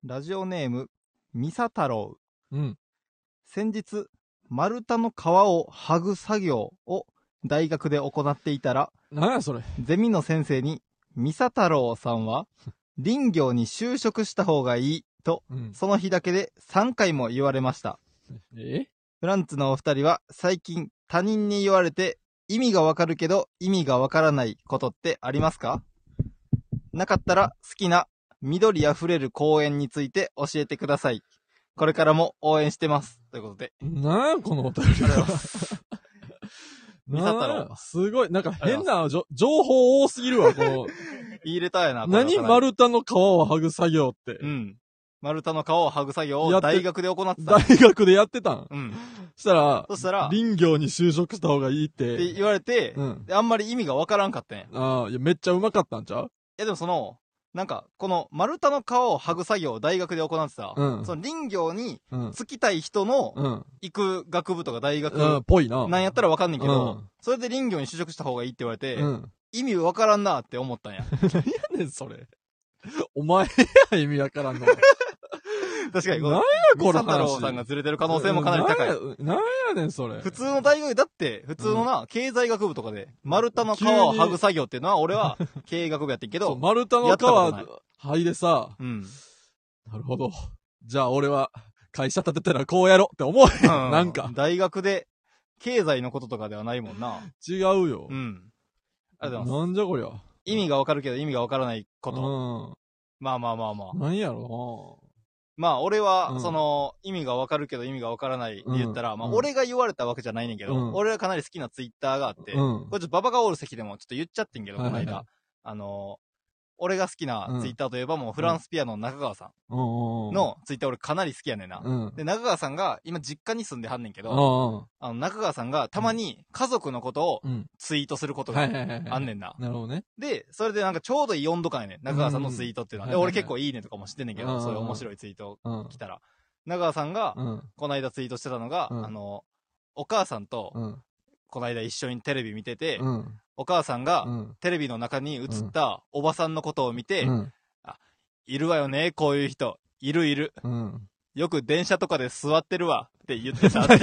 ラジオネーム、ミサ太郎。 うん。 先日、丸太の皮を剥ぐ作業を大学で行っていたら、 なんやそれ。 ゼミの先生に、ミサ太郎さんは、林業に就職した方がいいと、 うん。 その日だけで3回も言われました。 え？ フランツのお二人は最近他人に言われて意味がわかるけど意味がわからないことってありますか？なかったら好きな緑あふれる公園について教えてください。これからも応援してます。ということで。 なんやこのお便りありがとうございますミサ太郎なんやすごい、なんか変な情報多すぎるわ、こう。 いいレターやな。これは何かなり丸太の皮を剥ぐ作業って。 うん。丸太の皮を剥ぐ作業をやって大学で行ってた。 大学でやってたん。 うん。 そしたら、林業に就職した方がいいっってて。 言われて、 うん。 であんまり意味がわからんかったんや。 ああ、いや、めっちゃうまかったんちゃう？ いやでもなんか、この丸太の皮を剥ぐ作業を大学で行ってた、 うんその林業にうん。 就きたい人のうん。 行く学部とか大うん、 学ぽいな。 なんやったらわかんねんけど、 うんそれで林業に就職した方がいいって言われて、 うん。 意味わからんなって思ったんや。 何やねん、それ。お前や、意味わからんの。 確かに、 何やこの話。 ミサ太郎さんがずれてる可能性もかなり高い。 何やねん、それ。 普通の大学だって、普通のな、経済学部とかで、丸太の皮を剥ぐ作業っていうのは、俺は経営学部やってんけそうど、 丸太のやったことない皮、剥いでさ、 うん。 なるほど。じゃあ俺は、会社建てたらこうやろって思うへん。なんか。 大学で、経済のこととかではないもんな。 違うよ。 うん。ありがとうございます。 なんじゃこりゃ。 意味がわかるけど意味がわからないこと。 うん。 まあまあまあまあ。 なんやろまあ俺は、 うん意味がわかるけど意味がわからないって言ったら、まあうん俺が言われたわけじゃないねんけど、 うん俺はかなり好きなツイッターがあって、 な。うん。 これちょっとババがおる席でもちょっと言っちゃってんけど、このはいはいは間。俺が好きなツイッターといえばもうフランスピアノの中川さうんうんうんんのツイッター俺かなり好きやねんな。 うん。 で、中川さんが今実家に住んではんねんけうど、 ん中川さんがたまに家族のことをうん。 ツイートすることがはいはいはい。 あんねんな。 なるほどね。 で、それでなんかちょうどいい温度感やねん。中川さんのツイートっていうのは。で、 うん俺結構いいねとかも知ってんねんけど、 うんそういう面白いツイートうん。 来たら。中川さんが、 うん。 この間ツイートしてたのが、 うんお母さんと、 うん。 この間一緒にテレビ見てて、 うん。 お母さんが、 うん。 テレビの中に映ったおばさんのことを見て、 うん。 いるわよね、こういう人。いるいる。 うん。 よく電車とかで座ってるわ。って言ってた。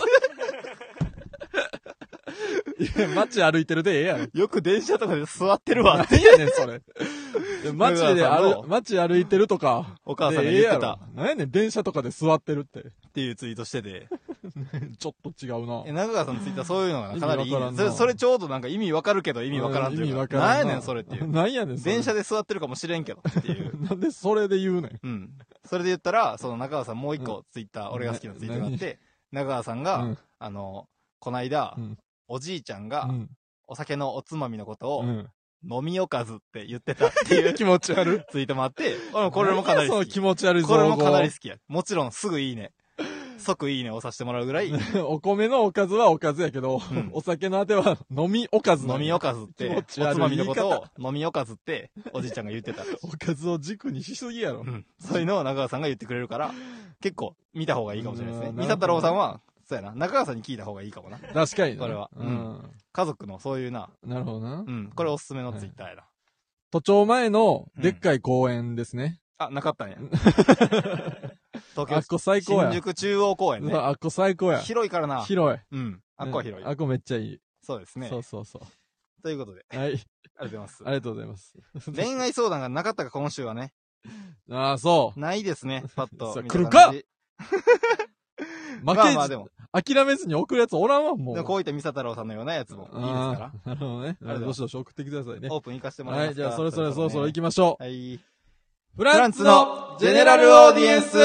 いや、街歩いてるでええやん。 よく電車とかで座ってるわ。 何やねん、それ。街歩いてるとか。 お母さんが言ってた。 何やねん、電車とかで座ってるって。 っていうツイートしてて。 ちょっと違うな。 中川さんのツイッターそういうのがかなりいい、ね。 意味わからんなそれちょうどなんか意味わかるけど意味わからんというか。 意味わからんな。 何やねんそれっていう。 何やねんそれ。 電車で座ってるかもしれんけどっていう。 なんでそれで言うねん。 うん。それで言ったら、その中川さんもう一個ツイッター、俺が好きなツイートがあって、中川さんが、こないだ、おじいちゃんが、お酒のおつまみのことを、飲みおかずって言ってたっていう気持ち悪いツイートもあって、これもかなり好き。 気持ち悪いぞ。 これもかなり好きや。もちろんすぐいいね。即いいねをさせてもらうぐらい。 お米のおかずはおかずやけど、お酒のあては飲みおかず。 飲みおかずって、おつまみのことを飲みおかずって、おじいちゃんが言ってた。 おかずを軸にしすぎやろ。 そういうのを中川さんが言ってくれるから、結構見た方がいいかもしれないですね。三田太郎さんは、そうやな。中川さんに聞いた方がいいかもな。 確かにね。 これは。家族のそういうな。 なるほどな。 これおすすめのツイッターやな。 都庁前のでっかい公園ですね。 あ、なかったんや。東あっこ最高や。 新宿中央公園ね。 あっこ最高や。 広いからな。 広い。 あっこは広い。 あっこめっちゃいい。 そうですね。 そうそうそう。 ということで。 はい。ありがとうございます。 ありがとうございます。 恋愛相談がなかったか、今週はね。 ああ、そう。 ないですね、パッと。 来るか負け、 でも。 諦めずに送るやつおらんわ、もう。 こういったミサ太郎さんのようなやつもいいですから。 なるほどね。どしどし送ってくださいね。 オープン行かせてもらいます。 はい、じゃあそろそろ行きましょう。 はい。 フランツのジェネラルオーディエンス。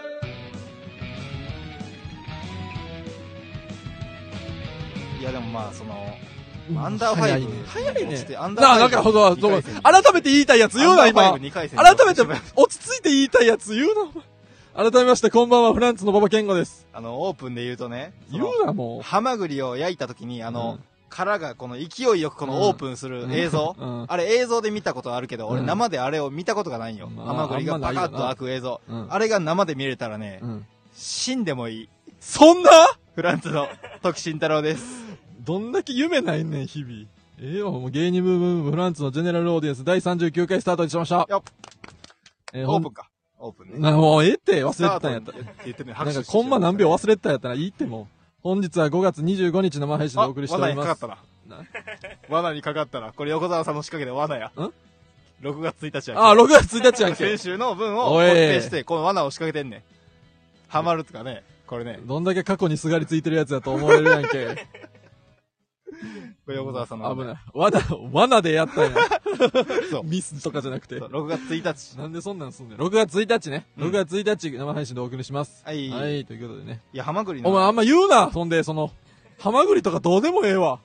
いやでもまあアンダーファイブ。 早いね。 アンダーファイブ。 なんかほど、改めて言いたいやつ言うな、今。改めて落ち着いて言いたいやつ言うな。改めまして、こんばんは、フランツの馬場健吾です。 オープンで言うとね。 言うな、もう。 ハマグリを焼いた時に、殻がこの勢いよくこのオープンする映像。あれ映像で見たことあるけど、俺生であれを見たことがないよ。ハマグリがパカッと開く映像。あれが生で見れたらね、死んでもいい。 そんなフランツの時慎太郎です。 どんだけ夢ないねん、日々。もう芸人ブームフランツのジェネラルオーディエンス第39回スタートにしました。 オープンか。 オープンね。 もうええって忘れてたんやった。 って言ってね、 なんかコンマ何秒忘れてたんやったらいいってもう。本日は5月25日生配信でお送りしております。 罠にかかったな。罠にかかったな。これ横澤さんの仕掛けで罠や。6月1日やんけ。 あ、6月1日やんけ。 先週の分を固定して、この罠を仕掛けてんねん。ハマるとかね、これね。 どんだけ過去にすがりついてるやつやと思えるやんけ。 これ横澤さんの。 危ない。罠でやったんや。 そう。 ミスとかじゃなくて。 6月1日。 なんでそんなんすんねん。6月1日ね。6月1日生配信でお送りします。 はい。 はい、ということでね。 いや、ハマグリの。 お前あんま言うな、そんで、ハマグリとかどうでもええわ。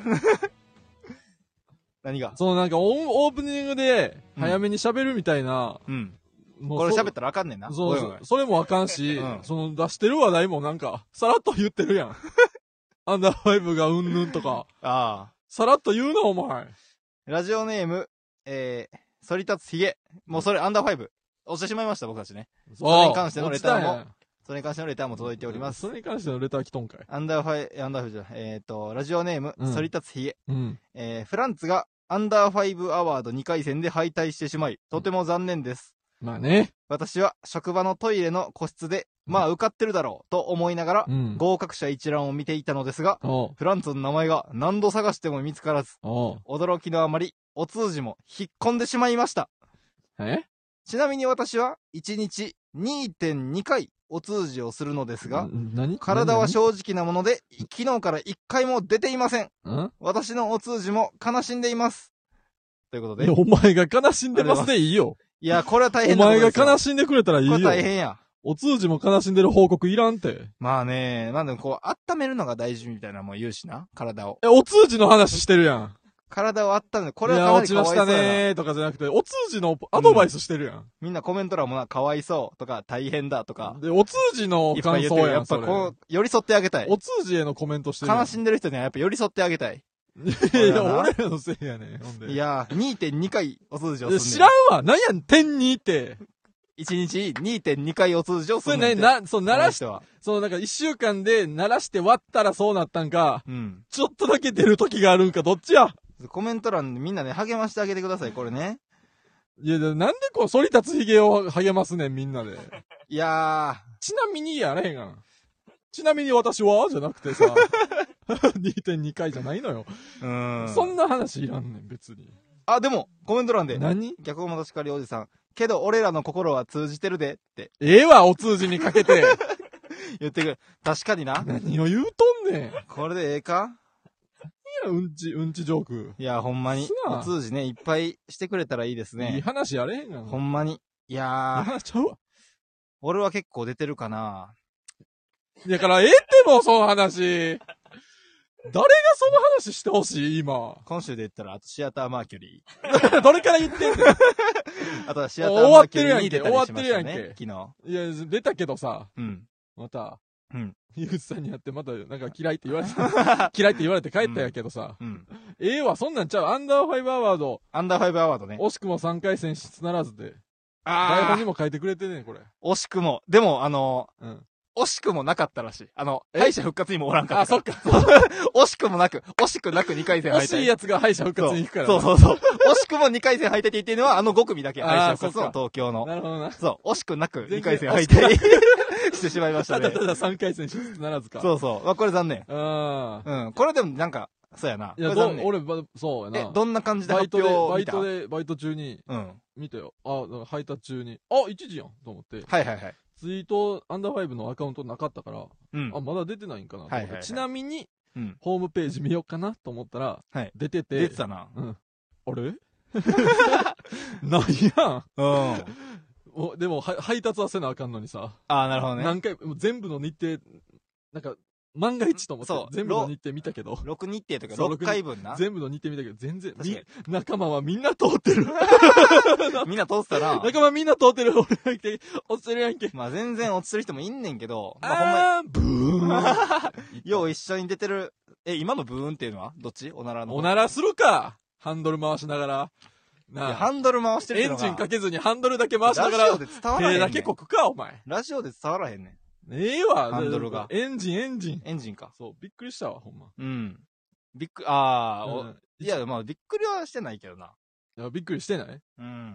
何がなんかオープニングで、早めに喋るみたいな。 うん。もうこれ喋ったらあかんねんな。 そう、それもあかんし、出してる話題もなんか、さらっと言ってるやん。アンダーファイブがうんぬんとか。 ああ。 さらっと言うな、お前。 ラジオネーム、反り立つひげ。もうそれアンダーファイブ。押してしまいました、僕たちね。それに関してのレターも届いております。 それに関してのレター来とんかい。 アンダーファイブじゃない。ラジオネーム、反り立つひげ。 うん。 フランツがアンダーファイブアワード2回戦で敗退してしまい、とても残念です。 まあね。 私は職場のトイレの個室で、まあ受かってるだろうと思いながら、合格者一覧を見ていたのですが、フランツの名前が何度探しても見つからず、驚きのあまり、お通じも引っ込んでしまいました。ちなみに私は1日 2.2 回お通じをするのですが、体は正直なもので、昨日から1回も出ていません。私のお通じも悲しんでいます。ということで。 お前が悲しんでますでいいよ。 いや、これは大変なことですよ。 お前が悲しんでくれたらいいよ。これ大変や。 お通じも悲しんでる報告いらんて。 まあね、なんでもこう、温めるのが大事みたいなのも言うしな、体を。 お通じの話してるやん。 体を温める。これはかなりかわいそうやな。 落ちましたねーとかじゃなくて、お通じのアドバイスしてるやん。 みんなコメント欄もな、かわいそうとか、大変だとか。 で、お通じの感想やん。 やっぱこう、寄り添ってあげたい。 お通じへのコメントしてる。 悲しんでる人にはやっぱ寄り添ってあげたい。 いや、俺らのせいやねん、ほんで。 いや、2.2 回お通じをする。 知らんわ。何やん、点2って。 1日 2.2 回お通じをする。 それね、鳴らしては。なんか1週間で鳴らして割ったらそうなったんか、ちょっとだけ出る時があるんか、どっちや。 コメント欄でみんなね、励ましてあげてください、これね。 いや、なんでこう、反り立つ髭を励ますねん、みんなで。 いやー。 ちなみにやれへんがん。ちなみに私はじゃなくてさ、2.2 回じゃないのよ。そんな話いらんねん、別に。 あ、でも、コメント欄で。 何？ 逆おもしかりおじさん。けど、俺らの心は通じてるで、って。 ええわ、お通じにかけて。 言ってくる。確かにな。 何を言うとんねん。 これでええか？ いや、うんちジョーク。 いや、ほんまに。お通じね、いっぱいしてくれたらいいですね。 いい話やれへんがな。 ほんまに。いやー。 ちゃうわ。 俺は結構出てるかな。 だから、ええってもう、その話。誰がその話してほしい今。 今週で言ったら、あとシアターマーキュリー。 どれから言ってんねん。 あとはシアターマーキュリーに出たりしましたね。 終わってるやんけ。 昨日。 いや、出たけどさ。また。ゆうじさんに会ってまた、なんか嫌いって言われて、嫌いって言われて帰ったやけどさ。ええわ、そんなんちゃう。アンダーファイブアワード。 アンダーファイブアワードね。 惜しくも3回戦進出ならずで。台本にも書いてくれてね、これ。 惜しくも。でも、惜しくもなかったらしい。敗者復活にもおらんかったから。 あ、そっか。 惜しくもなく2回戦敗退。 惜しいやつが敗者復活に行くから。 そう。惜しくも2回戦敗退って言ってるのは、5組だけ。敗者復活の東京の。 なるほどな。 そう、惜しくなく2回戦敗退してしまいましたね。 ただ3回戦進出ならずか。 そう。まあ、これ残念。これでもなんか、そうやな。 いや、俺、そうやな。 どんな感じで発表見た？ バイト中に、見たよ。配達中に。1時やんと思って。 はい。 ツイート、アンダーファイブのアカウントなかったから、まだ出てないんかなと思って。ちなみに、ホームページ見ようかなと思ったら、出てて。 出てたな。 あれなんやん。でも、配達はせなあかんのにさ。 なるほどね。 何回、全部の日程、なんか、万が一と思って、全部の日程見たけど。 6日程とか6回分な。 全部の日程見たけど、全然、仲間はみんな通ってる。 みんな通ってたな。 仲間みんな通ってる。俺だけ落ちてるやんけ。 まあ全然落ちてる人もいんねんけど。 ほんまに。ブーン。 よう一緒に出てる。今のブーンっていうのはどっち？おならの。 おならするか。ハンドル回しながら。 ハンドル回してるエンジンかけずにハンドルだけ回しながら。 ラジオで伝わらへんねん。 手だけこくか、お前。 ラジオで伝わらへんねん。 ええわ、 ハンドルが。 エンジンか。そう、びっくりしたわ、ほんま。 いや、まあ、びっくりはしてないけどな。 いや、びっくりしてない？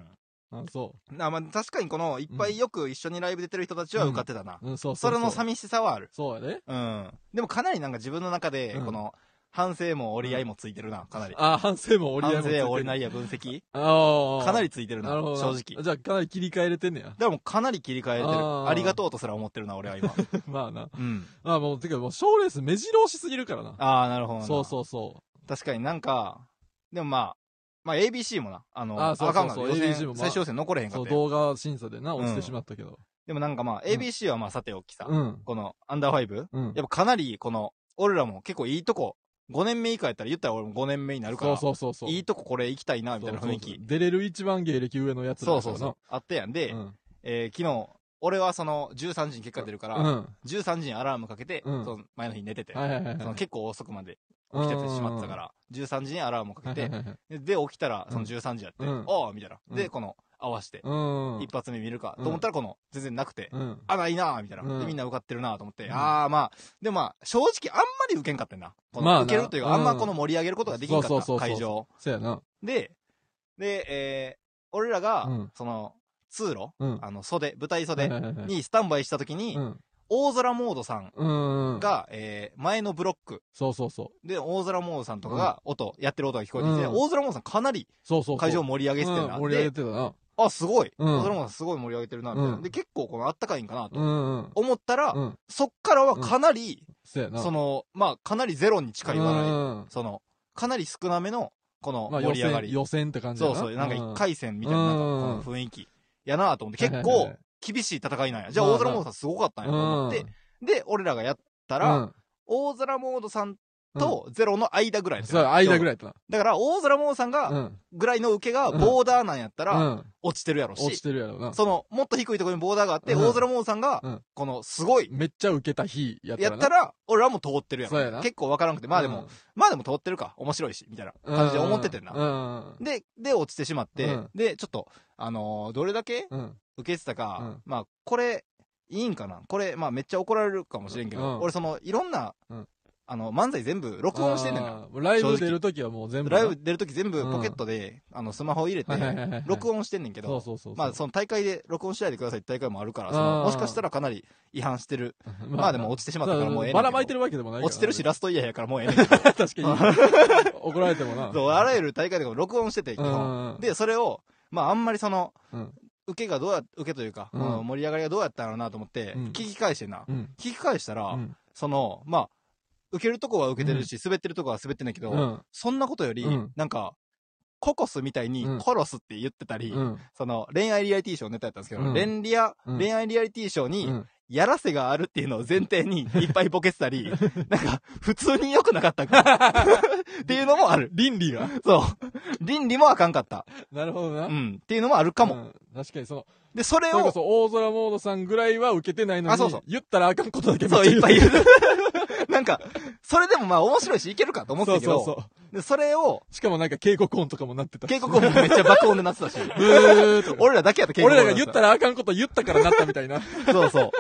あ、そう。 まあ、確かにこの、いっぱいよく一緒にライブ出てる人たちは受かってたな。それの寂しさはある。 そうやね。 うん。でもかなりなんか自分の中で、この、反省も折り合いもついてるな、かなり。 反省も折り合いもついてる。 反省折り合いや分析かなりついてるな、正直。 じゃあかなり切り替えれてんねや。 でもかなり切り替えてる。ありがとうとすら思ってるな、俺は今。 まあな。 うん。 もう、てかもう、賞レース目白押しすぎるからな。 なるほど。 そう。 確かになんか、でもまあ ABC もな、 そう。ABC も最終予選残れへんかった。 そう、動画審査でな、落ちてしまったけど。 でもなんかABC はさておきさ、このアンダー5、やっぱかなりこの、俺らも結構いいとこ、5年目以下やったら言ったら俺も5年目になるから、 そう。 いいとここれ行きたいな、みたいな雰囲気。 出れる一番芸歴上のやつだからな。 そう。あったやんで、昨日、俺はその13時に結果出るから、13時にアラームかけて、その前の日寝てて、結構遅くまで起きててしまってたから、13時にアラームをかけて、で、起きたらその13時やって、みたいな。で、この、合わして、一発目見るか、と思ったらこの、全然なくて、ないなみたいな。で、みんな受かってるなと思って、でも正直あんまり受けんかったんだ。この受けるというか、あんまこの盛り上げることができんかった、会場。 そうやな。 で、俺らが、その、通路、舞台袖にスタンバイした時に、大空モードさんが、前のブロック。で、大空モードさんとかがやってる音が聞こえてきて、大空モードさんかなり会場盛り上げてたな。 盛り上げてたな。 すごい。大空モードさんすごい盛り上げてるな、みたいな。で、結構このあったかいんかなと思ったら、そっからはかなり、その、かなりゼロに近い笑い。その、かなり少なめの、この盛り上がり。 予選って感じだな。 そう、なんか一回戦みたいな、この雰囲気。やなと思って、結構、厳しい戦いなんや。じゃあ、大空モードさんすごかったんやと思って、で、俺らがやったら、大空モードさんとゼロの間ぐらい。 そう、間ぐらいだった。 だから、大空モードさんが、ぐらいの受けがボーダーなんやったら、落ちてるやろし。 落ちてるやろな。 その、もっと低いところにボーダーがあって、大空モードさんが、この、すごい。 めっちゃ受けた日やったら、俺らも通ってるやろ。結構わからんくて、でも通ってるか、面白いし、みたいな感じで思っててんな。で、落ちてしまって、で、ちょっと、どれだけ受けてたか、これ、いいんかなこれ、めっちゃ怒られるかもしれんけど、俺その、いろんな、漫才全部録音してんねんな。 ライブ出るときはもう全部。 ライブ出るとき全部ポケットで、スマホ入れて、録音してんねんけど、その大会で録音しないでくださいって大会もあるから、もしかしたらかなり違反してる。でも落ちてしまったからもうええねん。 ばらまいてるわけでもないから。 落ちてるしラストイヤーやからもうええねんけど。 確かに。怒られてもな。 そう、あらゆる大会でも録音してて、基本。で、それを、あんまりその、受けというか、盛り上がりがどうやったんやろうなと思って、聞き返してな。聞き返したら、その、受けるとこは受けてるし、滑ってるとこは滑ってんだけど、そんなことより、なんか、ココスみたいに殺すって言ってたり、その、恋愛リアリティショーネタやったんですけど、恋愛リアリティショーに、やらせがあるっていうのを前提にいっぱいボケてたり、なんか、普通に良くなかったっていうのもある。 倫理が。 そう。倫理もあかんかった。 なるほどな。 っていうのもあるかも。 確かにその、 で、それを。 それこそ大空モードさんぐらいは受けてないのに、言ったらあかんことだけそう、いっぱい言う。なんか、それでも面白いしいけるかと思ってたけど、で、それを、 しかもなんか警告音とかもなってた。 警告音もめっちゃ爆音でなってたし。俺らだけやった警告音。俺らが言ったらあかんこと言ったからなったみたいな。 そう。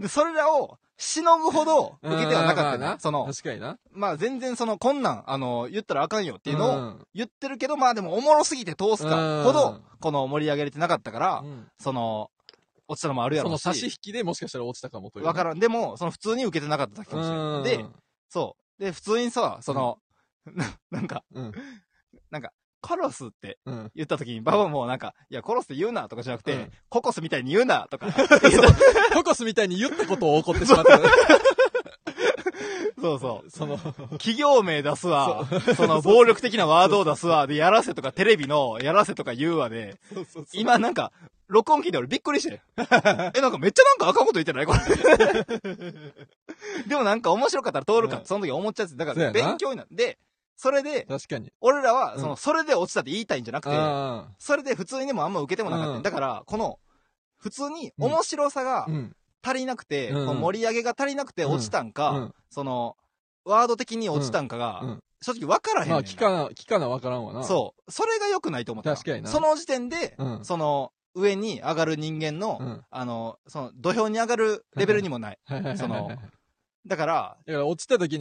で、それらを、しのぐほど受けてはなかったな。その、 確かにな。 全然その、こんなん、言ったらあかんよっていうのを言ってるけど、でもおもろすぎて通すかほど、この盛り上げれてなかったから、その、落ちたのもあるやろし。 その差し引きでもしかしたら落ちたかもという。 わからん。でも、その普通に受けてなかっただけかもしれない。で、そう。で、普通にさ、その、なんか、殺すって言った時に、ババもなんか、いや、殺すって言うなとかじゃなくて、ココスみたいに言うなとか。 ココスみたいに言ったことを怒ってしまった。 そう。その、企業名出すわ、その暴力的なワードを出すわ、で、やらせとかテレビのやらせとか言うわで、今なんか、録音聞いて俺びっくりして。なんかめっちゃなんかあかんこと言ってないこれ。でもなんか面白かったら通るか、その時思っちゃって、だから勉強になる。で、それで、 確かに。 俺らは、それで落ちたって言いたいんじゃなくて、それで普通にでもあんま受けてもなかった。だから、この、普通に面白さが足りなくて、盛り上げが足りなくて落ちたんか、その、ワード的に落ちたんかが、正直分からへんねん。 聞かな分からんわな。 そう。それが良くないと思った。 確かにな。 その時点で、その、上に上がる人間の、その、土俵に上がるレベルにもない。その、だから落ちた時に、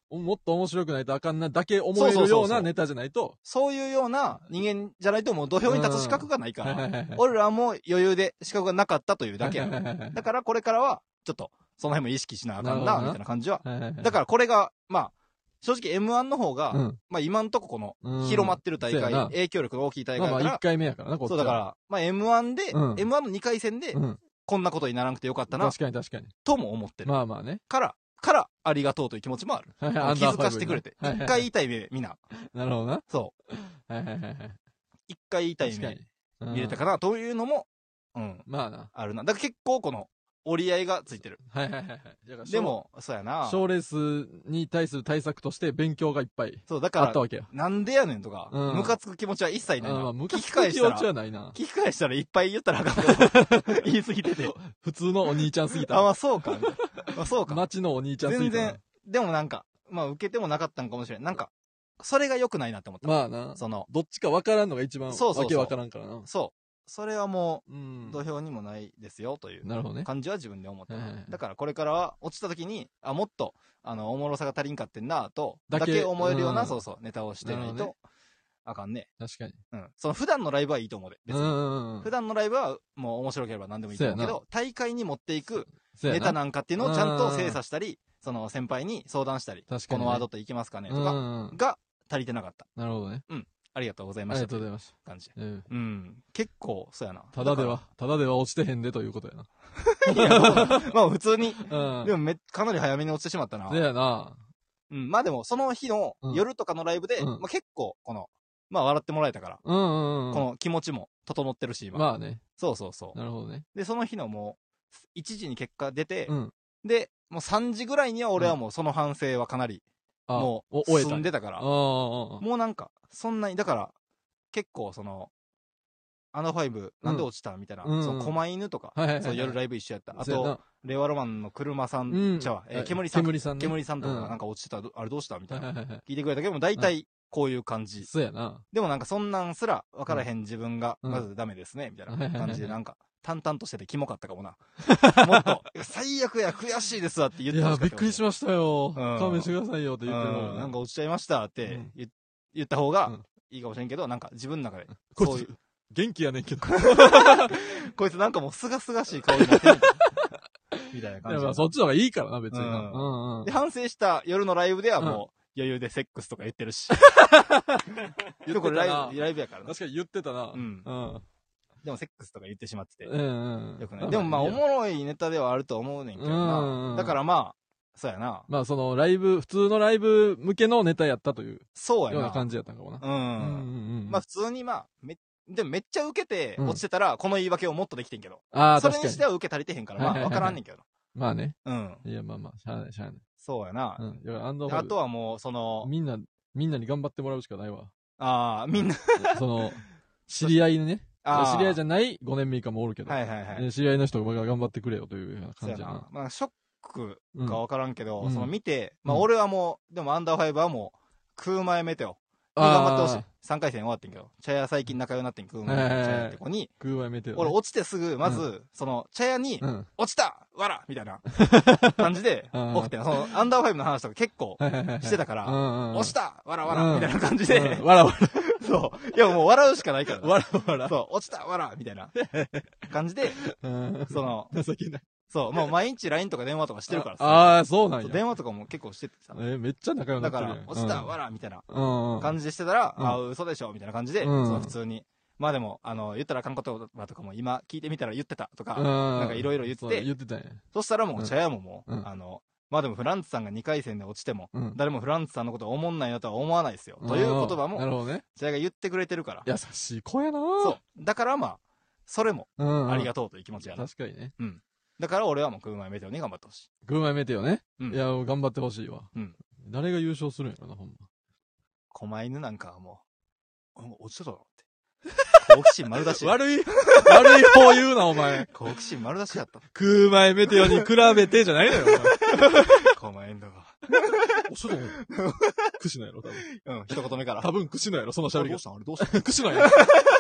もっと面白くないとあかんなだけ思えるようなネタじゃないと。 そういうような人間じゃないともう土俵に立つ資格がないから、俺らも余裕で資格がなかったというだけやろ。だからこれからは、ちょっと、その辺も意識しなあかんな、みたいな感じは。だからこれが、まあ、正直 M1 の方が、まあ今んとここの、広まってる大会、影響力が大きい大会だから。 まあ1回目やからな、こっちは。 そうだから、まあ M1 で、M1 の2回戦で、こんなことにならなくてよかったな。 確かに確かに。 とも思ってる。 まあまあね。 からありがとうという気持ちもある。気づかしてくれて。一回言いたい目、みんな。 なるほどな。 そう。一回言いたい目、見れたかな、というのも、 まあな。 あるな。だから結構この、折り合いがついてる。でも、そうやな。 賞レースに対する対策として勉強がいっぱいあったわけや。 なんでやねんとか、ムカつく気持ちは一切ないな。 聞き返したらいっぱい言ったらあかん。言い過ぎてて。 普通のお兄ちゃんすぎた。 まあそうか。そうか。 街のお兄ちゃんすぎた。 全然、でもなんか、まあ受けてもなかったんかもしれん。なんか、それが良くないなって思った。 まあな。どっちか分からんのが一番わけ分からんからな。 そう。それはもう、土俵にもないですよ、という感じは自分で思った。だからこれからは落ちた時に、もっと、おもろさが足りんかってんな、と、だけ思えるような、ネタをしてないと、あかんね。 確かに。 その普段のライブはいいと思うで、別に。普段のライブはもう面白ければ何でもいいと思うけど、大会に持っていくネタなんかっていうのをちゃんと精査したり、その先輩に相談したり、このワードといきますかね、とか、が足りてなかった。 なるほどね。 ありがとうございました。 ありがとうございました。 感じ。結構、そうやな。 ただでは落ちてへんでということやな。 いや、まあ普通に、でもかなり早めに落ちてしまったな。 そうやな。 まあでも、その日の夜とかのライブで、まあ結構、まあ笑ってもらえたから、この気持ちも整ってるし、今。 まあね。 そうそうそう。 なるほどね。 で、その日のもう、1時に結果出て、で、もう3時ぐらいには俺はもうその反省はかなり、もう、済んでたから、もうなんか、そんなに、だから、結構アンダー5、なんで落ちたみたいな、その狛犬とか、そう夜ライブ一緒やった。あと、令和ロマンの車さん、煙さんとかなんか落ちてた、あれどうしたみたいな。聞いてくれたけども、大体、こういう感じ。 そうやな。 でもなんかそんなんすら分からへん自分が、まずダメですね、みたいな感じで、なんか、淡々としててキモかったかもな。もっと、最悪や、悔しいですわって言ってほしかった。 いや、びっくりしましたよ。勘弁してくださいよって言ってる。 なんか落ちちゃいましたって言った方がいいかもしれんけど、なんか自分の中で、 そういう。元気やねんけど。 こいつなんかもうすがすがしい顔になってる。みたいな感じ。 いや、そっちの方がいいからな、別に。 で、反省した夜のライブではもう、余裕でセックスとか言ってるし。 言ってたな。 ライブやからな。 確かに言ってたな。 でもセックスとか言ってしまってて。よくない。でもまあ、おもろいネタではあると思うねんけどな。だからまあ、そうやな。 まあ、普通のライブ向けのネタやったという。 そうやな。 ような感じやったんかもな。 まあ普通にまあ、でもめっちゃ受けて落ちてたら、この言い訳をもっとできてんけど。それにしては受け足りてへんから、まあわからんねんけど。 まあね。いや、まあまあ、しゃあない。 そうやな。 あとはもう、 みんなに頑張ってもらうしかないわ。 みんな知り合いね。知り合いじゃない5年目以下もおるけど。知り合いの人が頑張ってくれよという感じやな。 まあ、ショックかわからんけど、見て、まあ俺はもう、でもアンダー5はもう、食う前メテオ。頑張ってほしい。3回戦終わってんけど、茶屋最近仲良くなってん、食う前メテオ茶屋って子に、俺落ちてすぐ、まず、茶屋に、落ちたわらみたいな感じで、送ってん。アンダー5の話とか結構してたから、落ちたわらわらみたいな感じで、 わらわら。 そう。いやもう笑うしかないから。 わらわら。 そう、落ちたわらみたいな感じで、 情けない。 そう、もう毎日 LINE とか電話とかしてるからさ。 ああ、そうなんや。 電話とかも結構しててさ。 めっちゃ仲良くなってる。 だから、落ちたわらみたいな感じでしてたら、嘘でしょみたいな感じで、普通に。まあでも、言ったらあかんこととかも今聞いてみたら言ってたとか、なんかいろいろ言って。 言ってたんや。 そしたらもう茶屋ももう、まあでもフランツさんが2回戦で落ちても、誰もフランツさんのことを思んないなとは思わないですよ。という言葉も、茶屋が言ってくれてるから。 優しい子やな。 そう。だからまあ、それも、ありがとうという気持ちやな。 確かにね。 だから俺はもうグーマイメテオに頑張ってほしい。 グーマイメテオね。いや、頑張ってほしいわ。誰が優勝するんやろな、ほんま。 狛犬なんかはもう、落ちてたなって。好奇心丸出し。 悪い方言うな、お前。 好奇心丸出しやった。 グーマイメテオに比べてじゃないのよ、 お前。狛犬だが。 おしょどん。串のやろ、多分。 一言目から。 多分串のやろ、その喋りが。 どうしたんあれどうしたん串のやろ。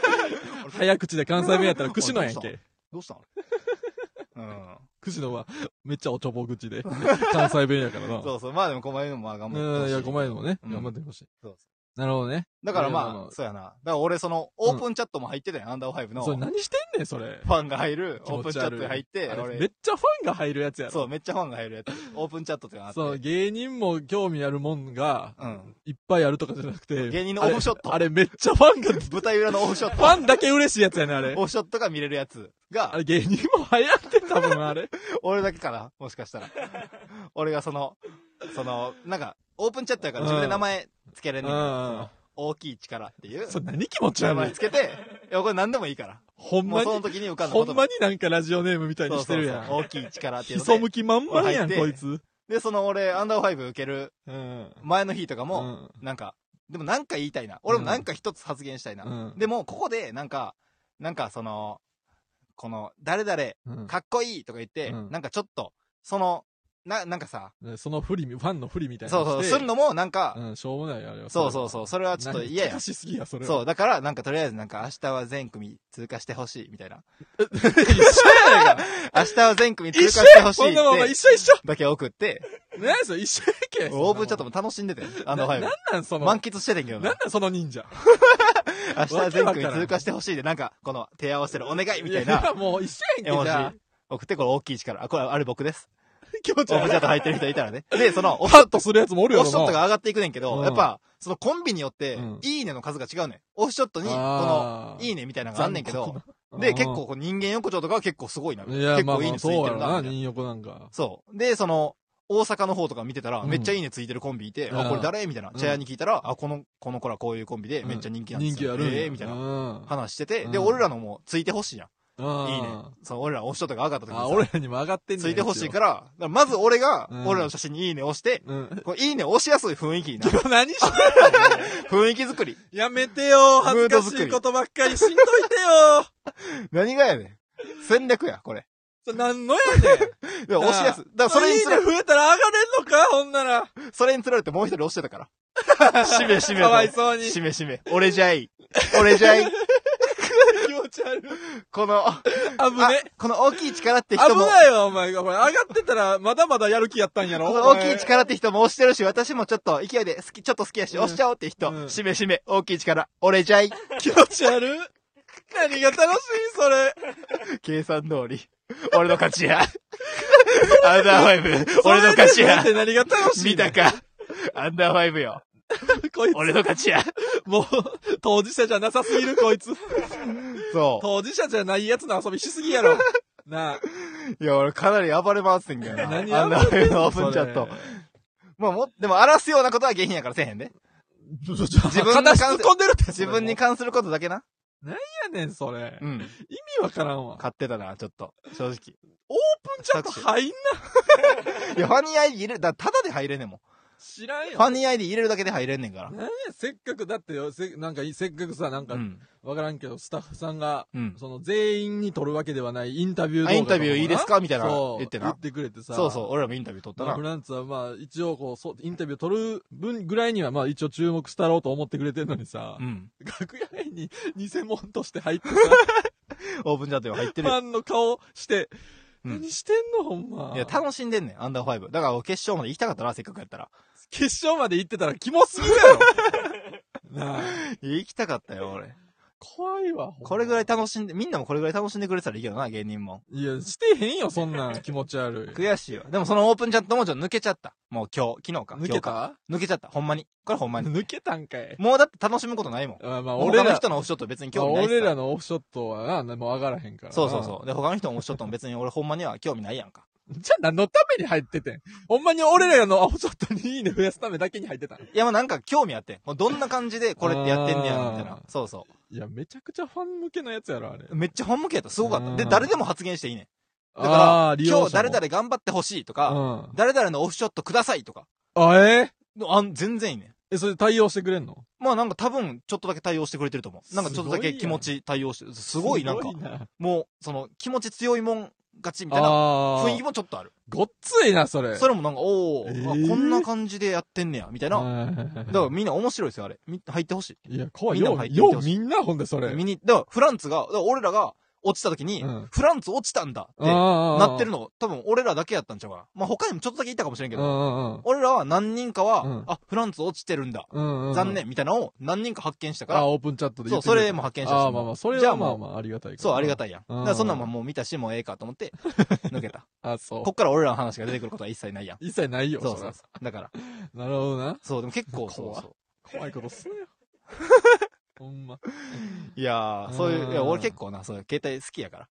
早口で関西弁やったら串のやんけ。 どうしたん串のは、 めっちゃおちょぼ口で。関西弁やからな。 そうそう。まあでも、こまゆのもまあ頑張ってほしい。 いや、こまゆのもね、 うん頑張ってほしい。 そうなるほどね。 だからまあ、そうやな。だから俺オープンチャットも入ってたよ、アンダーファイブの。 それ何してんねん、それ。 ファンが入る、オープンチャットに入って、 めっちゃファンが入るやつやろ。 そう、めっちゃファンが入るやつ。オープンチャットってのがあって。 そう、芸人も興味あるもんが、いっぱいあるとかじゃなくて、 芸人のオフショット。 あれめっちゃファンが、 舞台裏のオフショット。 ファンだけ嬉しいやつやね、あれ。 オフショットが見れるやつが。 あれ芸人も流行ってたもん、あれ。 俺だけかなもしかしたら。俺がなんか、オープンチャットやから自分で名前つけれんねん。大きい力っていう。 それ何気持ち悪い。 名前つけて、いや、これ何でもいいから。 ほんまに。 その時に浮かんだほんまになんかラジオネームみたいにしてるやん。 大きい力っていうので。潜む気満々やん、こいつ。 で、俺、アンダーファイブ受ける、前の日とかも、なんか、でもなんか言いたいな。俺もなんか一つ発言したいな。でも、ここで、この、誰々、かっこいいとか言って、なんかちょっと、なんかさ、 そのファンの振りみたいな。 そう、するのもなんか、 しょうもないあれは。 そう。それはちょっと嫌や。 しすぎや、それは。 そう、だから、なんかとりあえずなんか明日は全組通過してほしい、みたいな。 一緒やないか。 明日は全組通過してほしいって。 そんな一緒。 だけ送って。 何それ一緒やけ。 オープンチャットも楽しんでて。アンダーファイブ。 なんその。 満喫しててんけどな。なんその忍者。 明日は全組通過してほしいで、なんか、この手合わせるお願いみたいな。 もう一緒やんけ、じゃあ。 送って、これ大きい力。あれ僕です。気持ち悪い。オープンチャット入ってる人いたらね。で、 パッとするやつもおるよオフショットが上がっていくねんけど、やっぱ、コンビによって、いいねの数が違うねん。オフショットに、いいねみたいなのがあんねんけど、で、結構人間横丁とかは結構すごいな。結構いいねついてるな。 人横なんか。 そう。で、大阪の方とか見てたら、めっちゃいいねついてるコンビいて、あ、これ誰みたいな。茶屋に聞いたら、あ、この子らこういうコンビでめっちゃ人気なんですよ。 人気ある。 みたいな話してて、で、俺らのもついてほしいやん。いいね。俺らオフショットが上がった時に。 俺らにも上がってんねん。 ついてほしいから、まず俺が、俺らの写真にいいね押して、いいね押しやすい雰囲気になる。 何してんの雰囲気作り。 やめてよ恥ずかしいことばっかりしんといてよ何がやねん。戦略や、これ。 何のやねん。 押しやすい。だからそれにいいね増えたら上がれんのかほんなら。 それに釣られてもう一人押してたから。しめ。 かわいそうに。 しめ。俺じゃい。 気持ち悪い。 この大きい力って人も。 危ないわ、お前が。これ上がってたら、まだまだやる気やったんやろ。 この大きい力って人も押してるし、私もちょっと勢いでちょっと好きやし、押しちゃおうって人。しめ、大きい力。俺じゃい。 気持ち悪い。何が楽しいそれ。 計算通り。俺の勝ちや。アンダーファイブ。俺の勝ちや。 何が楽しい見たか。アンダーファイブよ。 こいつ。 俺の勝ちや。 もう、当事者じゃなさすぎる、こいつ。 そう。 当事者じゃないやつの遊びしすぎやろ。なあ。 いや、俺かなり暴れ回ってんけどな。 何アンダーファイブのオープンチャット。でも荒らすようなことは下品やからせえへんで。 自分に関することだけな。 何やねん、それ。 うん。 意味わからんわ。 買ってたな、ちょっと。正直。 オープンチャット入んな。 いや、ファニー ID 入れる。ただで入れんねんもん。 知らんよ。 ファニー ID 入れるだけで入れんねんから。 何や、せっかく、だってよ、せっかくさ、なんか、わからんけど、スタッフさんが、全員に撮るわけではないインタビュー動画。 インタビューいいですかみたいな言ってくれてさ。そう、 俺らもインタビュー撮ったな。 フランツはまあ、一応インタビュー撮る分ぐらいには、まあ一応注目したろうと思ってくれてんのにさ、楽屋内に偽物として入ってさ、 オープンチャットに入ってる。 ファンの顔して、何してんのほんま。 いや、楽しんでんねん、アンダーファイブ。だから決勝まで行きたかったな、せっかくやったら。 決勝まで行ってたらキモすぎるやろ。なあ。 行きたかったよ、俺。 怖いわ。 これぐらいみんなもこれぐらい楽しんでくれてたらいいけどな、芸人も。 いや、してへんよ、そんなん気持ち悪い。 悔しいよ。でもそのオープンチャットもちょっと抜けちゃった。もう昨日か。 抜けた？ 抜けちゃった。ほんまに。これほんまに。 抜けたんかい。 もうだって楽しむことないもん。 まあ、 他の人のオフショット別に興味ない俺らのオフショットはな、もう上がらへんから。 そう。で、他の人のオフショットも別に俺ほんまには興味ないやんか。 じゃあ何のために入っててん？ほんまに俺らのオフショットにいいね増やすためだけに入ってたん？いや、まあなんか興味あってん。どんな感じでこれってやってんねや、みたいな。そう。 いや、めちゃくちゃファン向けのやつやろ、あれ。 めっちゃファン向けやった。すごかった。で、誰でも発言していいね。だから、今日誰々頑張ってほしいとか、誰々のオフショットくださいとか。全然いいね。 それ対応してくれんの？ まあなんか多分、ちょっとだけ対応してくれてると思う。なんかちょっとだけ気持ち対応してる。すごいなんか、もう、気持ち強いもん勝ちみたいな雰囲気もちょっとある。 ごっついな、それ。 それもなんか、こんな感じでやってんねや、みたいな。だからみんな面白いですよ、あれ。入ってほしい。 いや、怖い。ようみんなほんで、それ。 だからフランツが、俺らが、 落ちた時に、 うん、 フランツ落ちたんだってなってるの、多分俺らだけやったんちゃうかな。まあ、他にもちょっとだけいたかもしれんけど、俺らは何人かは、あ、フランツ落ちてるんだ。残念みたいなのを何人か発見したから。 オープンチャットで言ってそう、それも発見したし。 まあまあ、それはまあまあ、ありがたいから。 そう、ありがたいやん。だからそんなんもう見たし、もうええかと思って、抜けた。 そう。 こっから俺らの話が出てくることは一切ないやん。 一切ないよ。 そう。だから。 なるほどな。 そう、でも結構怖いことするよ。ほんま。 いやー、そういう、いや、俺結構な、そういう携帯好きやから。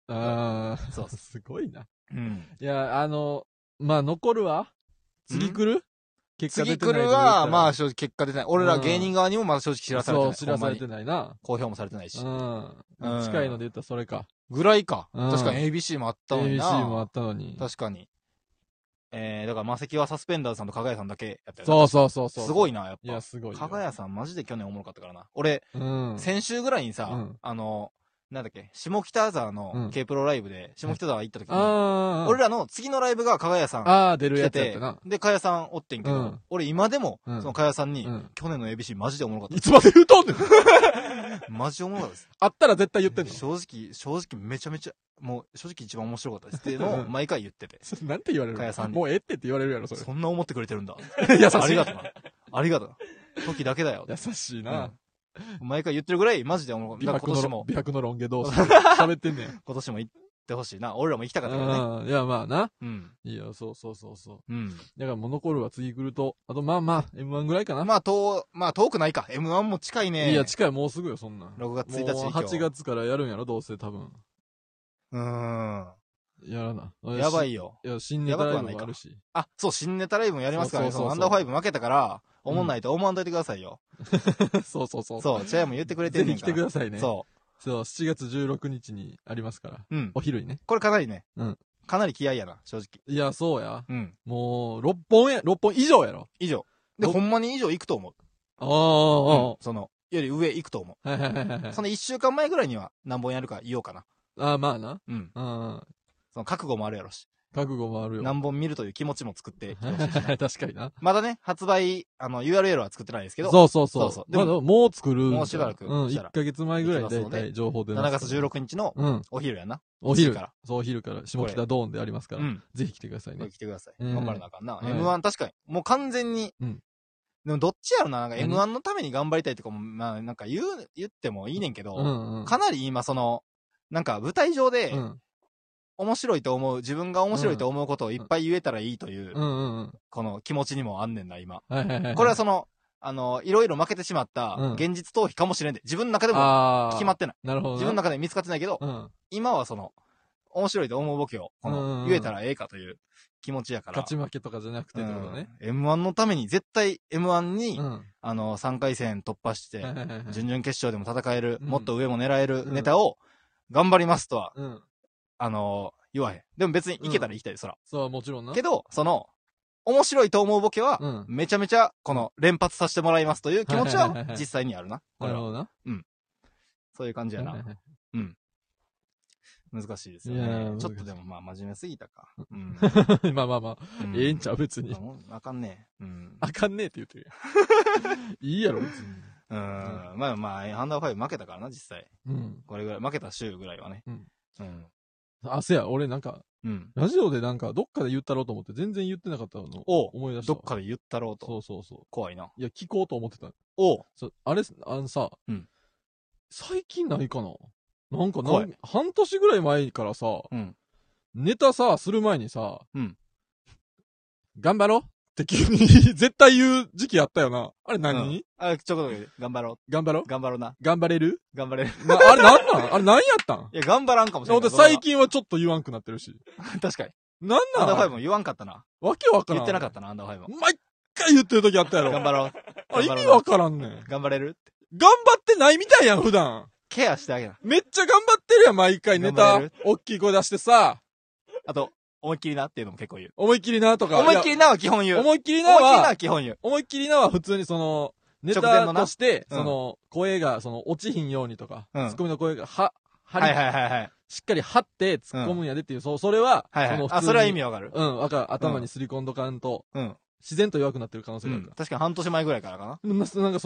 そう。 すごいな。 うん。 いや、まあ、残るわ。次来る結果出てない。次来るは、まあ正直結果出てない。俺ら芸人側にもまだ正直知らされてない。 そう、知らされてないな。 公表もされてないし。 近いので言ったらそれか。 ぐらいか。確かに ABC もあったのにな。 ABC もあったのに。 確かに。だから、マセキはサスペンダーズさんとかがやさんだけやったよ。 そう。 すごいな、やっぱ。 いや、すごい。 かがやさんマジで去年おもろかったからな。俺、先週ぐらいにさ、なんだっけ、下北沢の K プロライブで、下北沢行った時に、俺らの次のライブがかがやさん出るやつやったな。 で、かやさんおってんけど、俺今でも、そのかやさんに、去年の ABC マジでおもろかった。 いつまで言うとんねんマジおもろかったです。 あったら絶対言ってんの。 正直めちゃめちゃ、もう正直一番面白かったですっていうのを毎回言ってて。 なんて言われるのかやさんに。 もうええって言われるやろ、それ。 そんな思ってくれてるんだ。 優しい。 ありがとうな。ありがとうな。時だけだよ。 優しいな。 毎回言ってるぐらいマジで思う。だから今年も。 美白のロン毛同士喋ってんねん。 今年も行ってほしいな。俺らも行きたかったからね。 いや、まあな。 いや、そう。だからもう残るは次来ると、あとまあ、M1 ぐらいかな。 まあ遠くないか。M1 も近いね。 いや、近い、もうすぐよ、そんな。 6月1日に。 8月からやるんやろ、どうせ多分。やらな。 やばいよ。 いや、新ネタライブもあるし。 あ、そう、新ネタライブもやりますからね。アンダー5負けたから、思んないと思わんといてくださいよ。 そう。 そう、チャヤも言ってくれてるんぜひ来てくださいね。 そう、 7月16日にありますから。お昼にね。 これかなりね。かなり気合いやな、正直。 いや、そうや。もう、6本以上やろ。 以上。で、ほんまに以上行くと思う。より上行くと思う。その1週間前ぐらいには何本やるか言おうかな。 まあな。 その覚悟もあるやろし。 覚悟もあるよ。 何本見るという気持ちも作ってきてほしいし、 確かにな。 まだね、発売、URL は作ってないですけど。 そう。でも、もう作る。 もうしばらく。 1ヶ月前ぐらいだいたい情報で。 7月16日のお昼やな。 お昼から。そう、お昼から。下北ドーンでありますから。ぜひ来てくださいね。 来てください。頑張らなあかんな。M1 確かに。もう完全に。でもどっちやろな、なんか M1 のために頑張りたいとかも、まあなんか言ってもいいねんけど、かなり今なんか舞台上で、面白いと思う、自分が面白いと思うことをいっぱい言えたらいいという、この気持ちにもあんねんな、今。これはいろいろ負けてしまった現実逃避かもしれんで、自分の中でも決まってない。 なるほど。 自分の中で見つかってないけど、今は面白いと思うボケを、言えたらええかという気持ちやから。 勝ち負けとかじゃなくてってことね。 M1 のために、絶対 M1 に、3回戦突破して、準々決勝でも戦える、もっと上も狙えるネタを、頑張りますとは、言わへん。でも別に行けたら行きたい、そら。 そう、もちろんな。 けど、面白いと思うボケは、めちゃめちゃ、連発させてもらいますという気持ちは、実際にあるな。 なるほどな。 そういう感じやな。難しいですよね。ちょっとでも真面目すぎたか。 まあ。ええんちゃう、別に。 あかんねえ。 あかんねえって言ってるやん。いいやろ、別に。 まあ、アンダー5負けたからな、実際。これぐらい、負けた週ぐらいはね。 せや、俺なんか、ラジオでなんか、どっかで言ったろうと思って全然言ってなかったのを思い出した。 どっかで言ったろうと。 そう。 怖いな。 いや、聞こうと思ってた。あれ、さ、最近ないかななんか半年ぐらい前からさ、ネタさ、する前にさ、頑張ろうって急に絶対言う時期あったよな。あれ何？ ちょっと頑張ろう。 頑張ろう。 頑張ろうな。 頑張れる。 あれなんなんあれ何やったん？ いや、頑張らんかもしれない。 最近はちょっと言わんくなってるし。 確かに。 なんなんアンダー5も言わんかったな。 わけわからん。 言ってなかったな、アンダー5も。 毎回言ってる時あったやろ。 頑張ろう。 意味わからんねん。 頑張れるって。 頑張ってないみたいやん、普段。 ケアしてあげな。 めっちゃ頑張ってるやん、毎回ネタ。大きい声出してさ。 あと、思いっきりなっていうのも結構言う。 思いっきりなとか。 思いっきりなは基本言う。 思いっきりなは基本言う。 思いっきりなは普通にネタとして、声が、落ちひんようにとか、ツッコミの声が、しっかり張って突っ込むんやでっていう、それは、 それは意味わかる。 頭にすり込んどかんと、自然と弱くなってる可能性がある。 確かに半年前ぐらいからかな。 なんか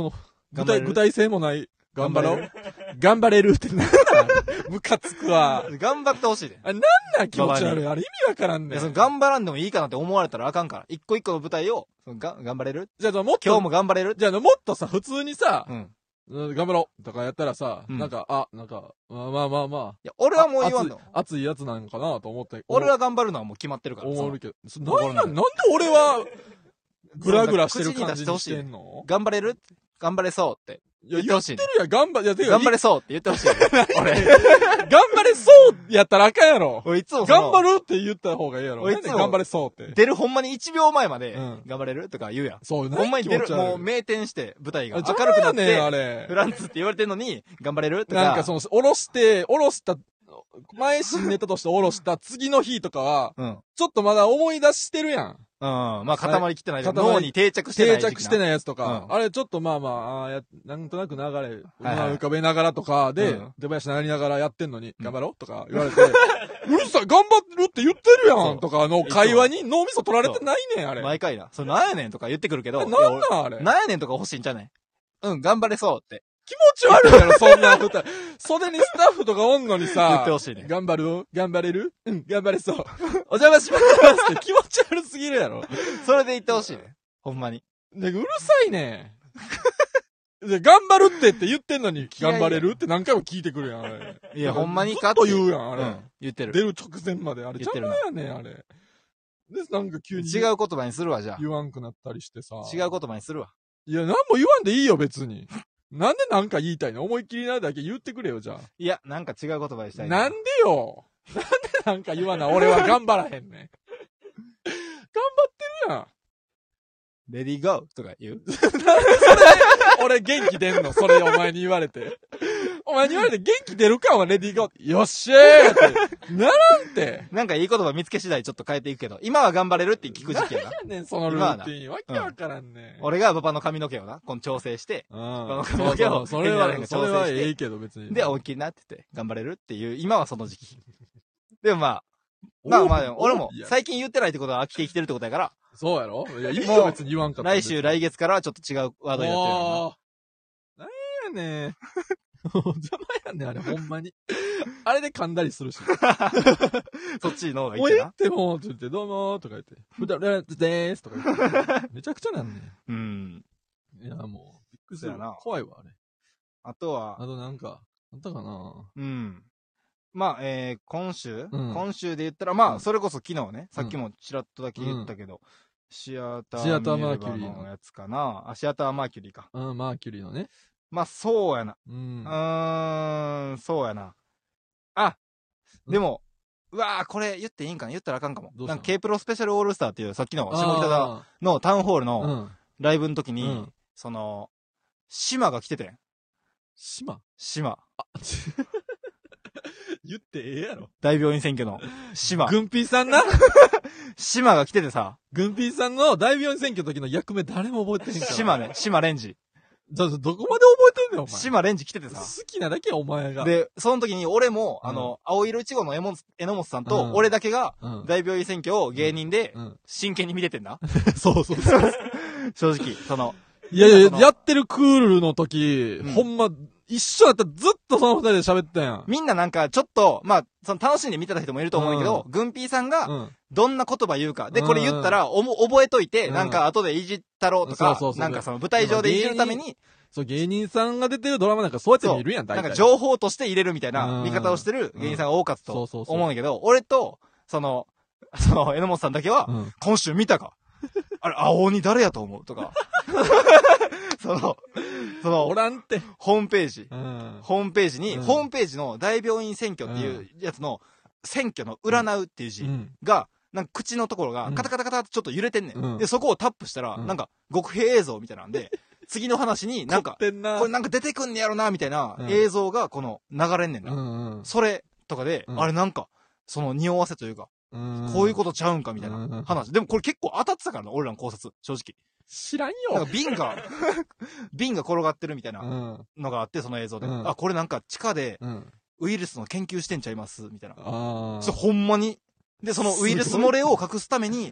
具体性もない。頑張ろう。頑張れるってなんだムカつくわ。 頑張ってほしいで。 なんなん気持ち悪い。あれ意味わからんねん。 頑張らんでもいいかなって思われたらあかんから。一個一個の舞台を、頑張れる？ じゃあもっと。 今日も頑張れる？ じゃあもっとさ、普通にさ、頑張ろうとかやったらさ、なんか、まあ。 いや、俺はもう言わんの。 熱いやつなんかなと思って。 俺は頑張るのはもう決まってるから。 思うけど。なんで俺は、グラグラしてる感じにしてんの？ 頑張れる？頑張れそうって。 いや、言ってるやん、頑張れそうって言ってほしい。俺。 頑張れそうやったらあかんやろ。 俺いつも頑張るって言った方がいいやろ。 俺いつも頑張れそうって。 出るほんまに1秒前まで、頑張れるとか言うやん。 そう、 ほんまに出る、もう名店して舞台が明るくなって、フランツって言われてんのに、頑張れるとか。 なんかおろした、前新ネタとしておろした次の日とかは、ちょっとまだ思い出してるやん。 まあ固まりきってない。脳に定着してないやつとか、あれちょっとまあ、なんとなく流れ、浮かべながらとかで、出囃子なりながらやってんのに、頑張ろうとか言われて、うるさい、頑張るって言ってるやんとかの会話に脳みそ取られてないねん、あれ。 毎回な。なんやねんとか言ってくるけど。 なんなんあれ。 なんやねんとか欲しいんじゃない？頑張れそうって。 気持ち悪いやろ、そんな舞台。袖にスタッフとかおんのにさ、 言ってほしいね。 頑張れる頑張れそう。 お邪魔しますって気持ち悪すぎるやろ。 それで言ってほしいね。ほんまに。 うるさいね。頑張るって言ってんのに、頑張れるって何回も聞いてくるやん、あれ。 いや、ほんまにかと言うやん、あれ。 言ってる。 出る直前まで、あれ。邪魔やねん、あれ。で、なんか急に。 違う言葉にするわ、じゃあ。 言わんくなったりしてさ。 違う言葉にするわ。 いや、何も言わんでいいよ、別に。なんでなんか言いたいの？思いっきりなだけ言ってくれよ、じゃあ。 いや、なんか違う言葉にしたい。 なんでよ。なんでなんか言わな、俺は頑張らへんねん。頑張ってるやん。 レディーゴーとか言う？ それ、俺元気出んの？それお前に言われて。お前に言われて元気出るかお前レディーゴー。よっしゃーって。ならんて。 なんかいい言葉見つけ次第ちょっと変えていくけど、今は頑張れるって聞く時期やな。 何やねん、そのルーティン。わけわからんね。 俺がパパの髪の毛をな、調整して、パパの髪の毛を、 それはええけど別に。 で、大きいなって言って、頑張れるっていう、今はその時期。でもまあ、俺も最近言ってないってことは飽きて生きてるってことやから。 そうやろ？いや、いいよ別に言わんかった。 来週、来月からはちょっと違うワードやってる。 なんやねん。邪魔やねん、あれ、ほんまに。あれで噛んだりするし。 そっちの方がいいかな。もうえってもって言って、どうもーとか言って、ふだらでーすとか言って。めちゃくちゃなんねん。いや、もう、びっくりするな。怖いわ、あれ。 あとなんか、あったかな。 まあ、今週で言ったら、まあ、それこそ昨日ね、さっきもちらっとだけ言ったけど、シアターマーキュリーのやつかな。シアターマーキュリーか。 マーキュリーのね。 まあ、そうやな。そうやな。でも、これ言っていいんかな？言ったらあかんかも。なんか K プロスペシャルオールスターっていう、さっきの下北沢のタウンホールのライブの時に、島が来ててん。島。 言ってええやろ。 大病院選挙の島。 軍ピーさんな島が来ててさ。 軍ピーさんの大病院選挙の時の役目誰も覚えてへんから。 島ね。島レンジ。 どこまで覚えてんのお前。 島レンジ来ててさ。 好きなだけお前が。 で、その時に俺も、青色いちごの榎本さんと、俺だけが、大病院選挙を芸人で、真剣に見ててんな。 そう。 正直、 いや、やってるクールの時、ほんま、一緒だったらずっとその二人で喋ったやん。 みんななんかちょっと、まあ、楽しんで見てた人もいると思うんだけど、グンピーさんが、どんな言葉言うか。で、これ言ったら、覚えといて、なんか後でいじったろうとか、なんか舞台上でいじるために、 そう、芸人さんが出てるドラマなんかそうやって見るやん、大体。 なんか情報として入れるみたいな見方をしてる芸人さんが多かったと思うんだけど、俺と、榎本さんだけは、今週見たか。あれ、青鬼誰やと思うとか。 おらんって。 ホームページの大病院選挙っていうやつの、選挙の占うっていう字が、なんか口のところがカタカタカタってちょっと揺れてんねん。で、そこをタップしたら、なんか極秘映像みたいなんで、次の話になんか、これなんか出てくんねやろな、みたいな映像が流れんねんな。それとかで、あれなんか、匂わせというか、こういうことちゃうんかみたいな話。でもこれ結構当たってたからな、俺らの考察、正直。 知らんよ。 なんか瓶が転がってるみたいなのがあって、その映像で。これなんか地下で、ウイルスの研究してんちゃいますみたいな。ほんまに。で、そのウイルス漏れを隠すために、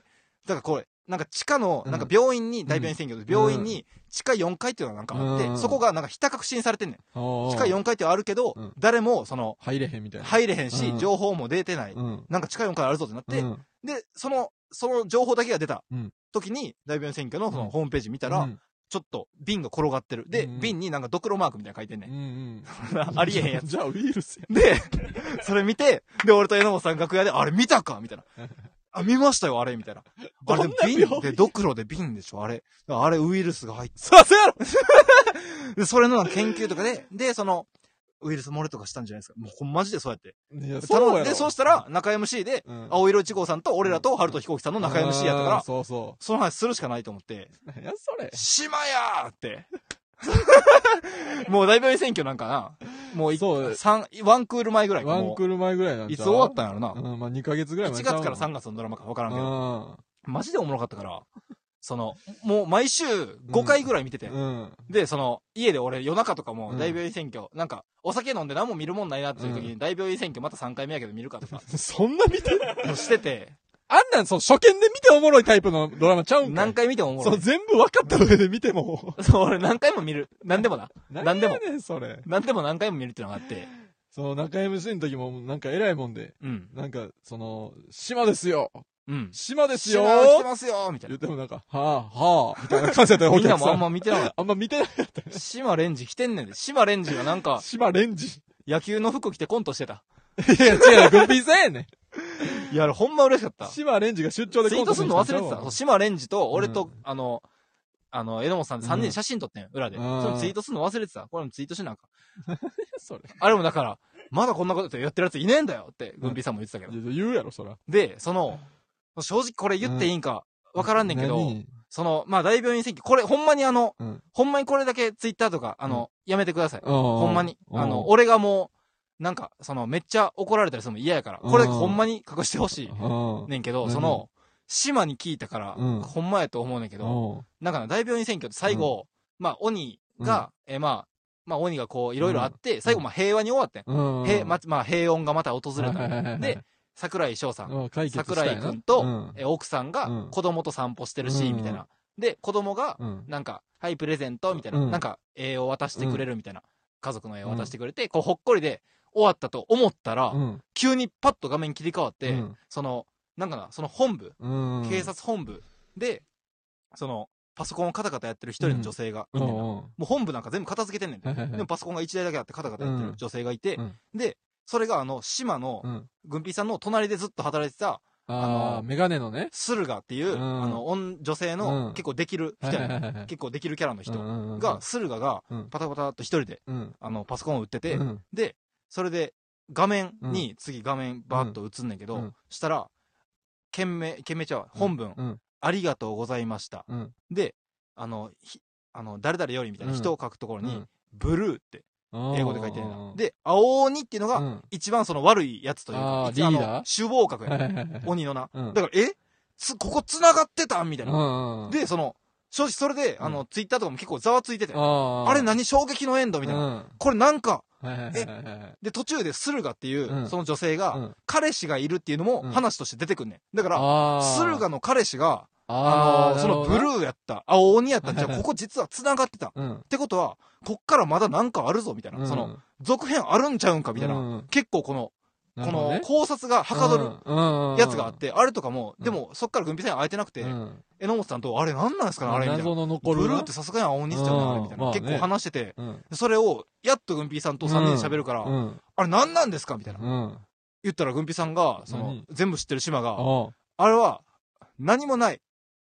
だからこれ、なんか地下の、なんか病院に、大病院選挙で、病院に地下4階っていうのがなんかあって、そこがなんかひた隠しにされてんねん。地下4階ってあるけど、誰も、 入れへんみたいな。 入れへんし、情報も出てない。なんか地下4階あるぞってなって、で、その情報だけが出た時に、大病院選挙のそのホームページ見たら、ちょっと瓶が転がってる。で、瓶になんかドクロマークみたいなの書いてんねん。ありえへんやつ。 じゃあウイルスや。 で、それ見て、で、俺と榎本さん楽屋で、あれ見たかみたいな。あ、見ましたよ、あれみたいな。あれ、瓶で、ドクロで瓶でしょ、あれ。あれ、ウイルスが入って。 そうやろで、それの研究とかで、ウイルス漏れとかしたんじゃないですか。もう、マジでそうやって。 いや、そうやろ。 で、そうしたら、中 MC で、青色1号さんと俺らと春と飛行機さんの中 MC やったから、 そうそう。 その話するしかないと思って。 いや、それ。 島やーって。もう大病院選挙なんかな。もうワンクール前ぐらいか。 ワンクール前ぐらいなんいつ終わったんやろな。 まあ2ヶ月ぐらい前。 1月から3月のドラマか分からんけど。マジでおもろかったから。もう毎週5回ぐらい見てて。で、家で俺夜中とかも大病院選挙、なんか、お酒飲んで何も見るもんないなっていう時に、大病院選挙また3回目やけど見るかとか。 そんな見てるしてて。 あんなん、初見で見ておもろいタイプのドラマちゃうんか。 何回見てもおもろい。 全部分かった上で見ても。 俺何回も見る。何でもな。何でも。 それ。 何でも何回も見るっていうのがあって。 中 MC の時もなんか偉いもんで。なんか、島ですよ。島ですよ島来てますよみたいな。 言ってもなんか、はぁ、みたいな感じだったよ、 みんなもあんま見てなかった。 あんま見てなかった。 島レンジ来てんねんで。島レンジがなんか、 島レンジ野球の服着てコントしてた。 いや、違う、グッピーさんやねん。いや、ほんま嬉しかった。 島レンジが出張でコントしてた。ツイートするの忘れてた。島レンジと、俺と、榎本さんで3人で写真撮ってん、裏で。そのツイートするの忘れてた。これもツイートしなあかん。 それ。 あれもだから、まだこんなことやってるやついねえんだよって、グンピーさんも言ってたけど。 言うやろ、そら。 で、正直これ言っていいんかわからんねんけど、まあ大病院選挙、これほんまにほんまにこれだけツイッターとか、やめてください。ほんまに。俺がもう、なんか、めっちゃ怒られたりするの嫌やから、これほんまに隠してほしいねんけど、島に聞いたから、ほんまやと思うねんけど、なんか大病院選挙って最後、まあ鬼が、まあ鬼がこういろいろあって、最後まあ平和に終わってん。まあ平穏がまた訪れた。で、桜井翔さん、桜井くんと、奥さんが子供と散歩してるシーンみたいな。で、子供が、なんか、はい、プレゼントみたいな。なんか、絵を渡してくれるみたいな。家族の絵を渡してくれて、こう、ほっこりで終わったと思ったら、急にパッと画面切り替わって、なんかな、本部、警察本部で、パソコンをカタカタやってる一人の女性がいんねんな。もう本部なんか全部片付けてんねん。でもパソコンが一台だけあってカタカタやってる女性がいて、で、それが島の、軍ピーさんの隣でずっと働いてた、 メガネのね。 駿河っていう、女性の結構できる人や結構できるキャラの人が、駿河がパタパタっと一人で、パソコンを打ってて、で、それで画面に、次画面バーッと映んねんけど、したら、件名ちゃうわ、本文、ありがとうございました。で、誰々よりみたいな人を書くところに、ブルーって、英語で書いてるな。で、青鬼っていうのが、一番悪いやつというか、 リーダー首謀格や。鬼のな。だから、ここ繋がってたみたいな。で、正直それで、ツイッターとかも結構ざわついてて、あれ何衝撃のエンドみたいな。これなんか、で、途中で駿河っていう、その女性が、彼氏がいるっていうのも話として出てくんねん。だから、駿河の彼氏が、ブルーやった、青鬼やったんじゃ、ここ実は繋がってた。ってことは、こっからまだなんかあるぞ、みたいな。続編あるんちゃうんか、みたいな。結構この考察がはかどるやつがあって、あれとかも、でもそっから軍備戦会えてなくて、榎本さんと、あれなんなんですかね、あれみたいな。ブルーってさすがに青鬼っすよね、あれみたいな。結構話してて、それを、やっと軍備さんと3人で喋るから、あれなんなんですかみたいな。言ったら軍備さんが、全部知ってる島が、あれは、何もない。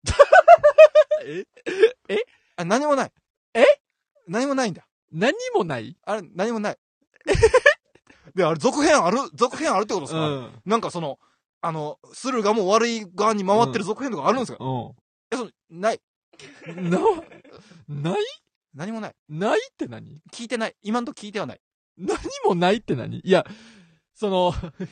何もない。何もないんだ。 何もない？ あれ、何もない。で、あれ、続編あるってことですか？なんか駿河も悪い側に回ってる続編とかあるんですか？ない。 ない？ 何もない。 ないって何？ 聞いてない。今んと聞いてはない。 何もないって何？いや、あの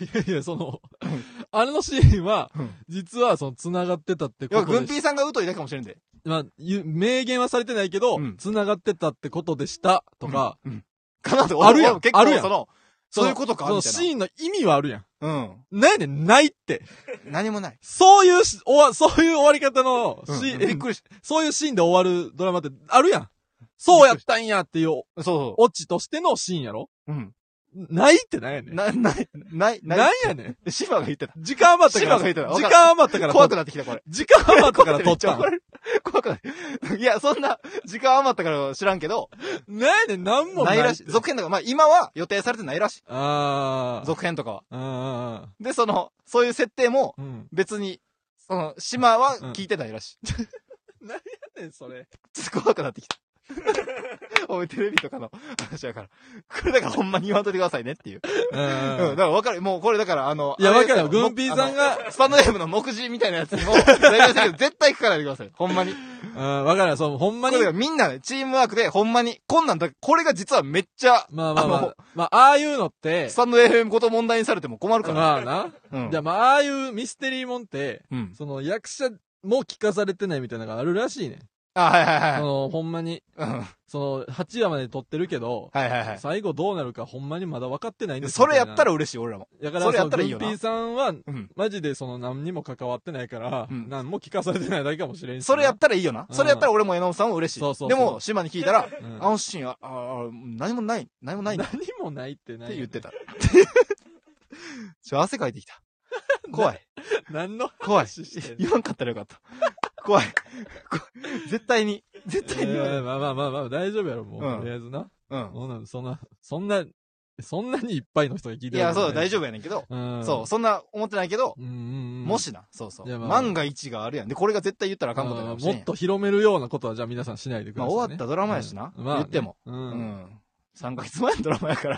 シーンは、実は繋がってたってことで。 いや、軍ピーさんが疎いだけかもしれんで。 まあ、明言はされてないけど、繋がってたってことでした、とか。 かなと。 あるやん。 結構そういうことかみたいな。 そのシーンの意味はあるやん。 うん。 なんやねん、ないって。 何もない。 そういう終わり方のびっくりした。 そういうシーンで終わるドラマってあるやん。そうやったんやっていう、 そうオチとしてのシーンやろ。 うん。 ないってなんやねん。 ない。 なんやねん。 芝が言ってた。 時間余ったから。 芝が言ってた。 時間余ったから。 怖くなってきた、これ。 時間余ったから撮ったん。 怖くない。いや、そんな、時間余ったから知らんけど。 なんやねん、なんもないらしい。続編とか、まあ今は予定されてないらしい。 ああ。 続編とかは。 で、そういう設定も、別に、島は聞いてないらしい。 なんやねん、それ。 ちょっと怖くなってきた。おい、テレビとかの話やから。これだからほんまに言わんといてくださいねっていう。うん。だから分かる。もうこれだからいや、分かるよ。グンピーさんが。 スタンド FM の目次みたいなやつにも、絶対聞かないでください。ほんまに。 うん、分かるよ。ほんまに。 これみんなね、チームワークでほんまに、これが実はめっちゃ、 まあ、ああいうのって、 スタンド FM こと問題にされても困るから。 まあな。うん。じゃあまあ、ああいうミステリーもんって、役者も聞かされてないみたいなのがあるらしいね。 はいはいはい。 ほんまに。8話まで撮ってるけど、最後どうなるかほんまにまだ分かってないんですよ。 それやったら嬉しい、俺らも。 だから、それやったらいいよな。グンピーさんは、マジで何にも関わってないから、何も聞かされてないだけかもしれんし。 それやったらいいよな。それやったら俺も榎本さんも嬉しい。 そう。 でも、島に聞いたら、あのシーンは、何もない。 何もないってって言ってた。汗かいてきた。怖い。 何の怖い。言わんかったらよかった。怖い。絶対に。 まあ、大丈夫やろ、もう。とりあえずな。そんなにいっぱいの人が聞いてる。 いや、そう、大丈夫やねんけど。そう、そんな思ってないけど、もしな、そう。万が一があるやん。で、これが絶対言ったらあかんことだもっと広めるようなことは、じゃあ皆さんしないでください。 終わったドラマやしな。言っても。3ヶ月前のドラマやから。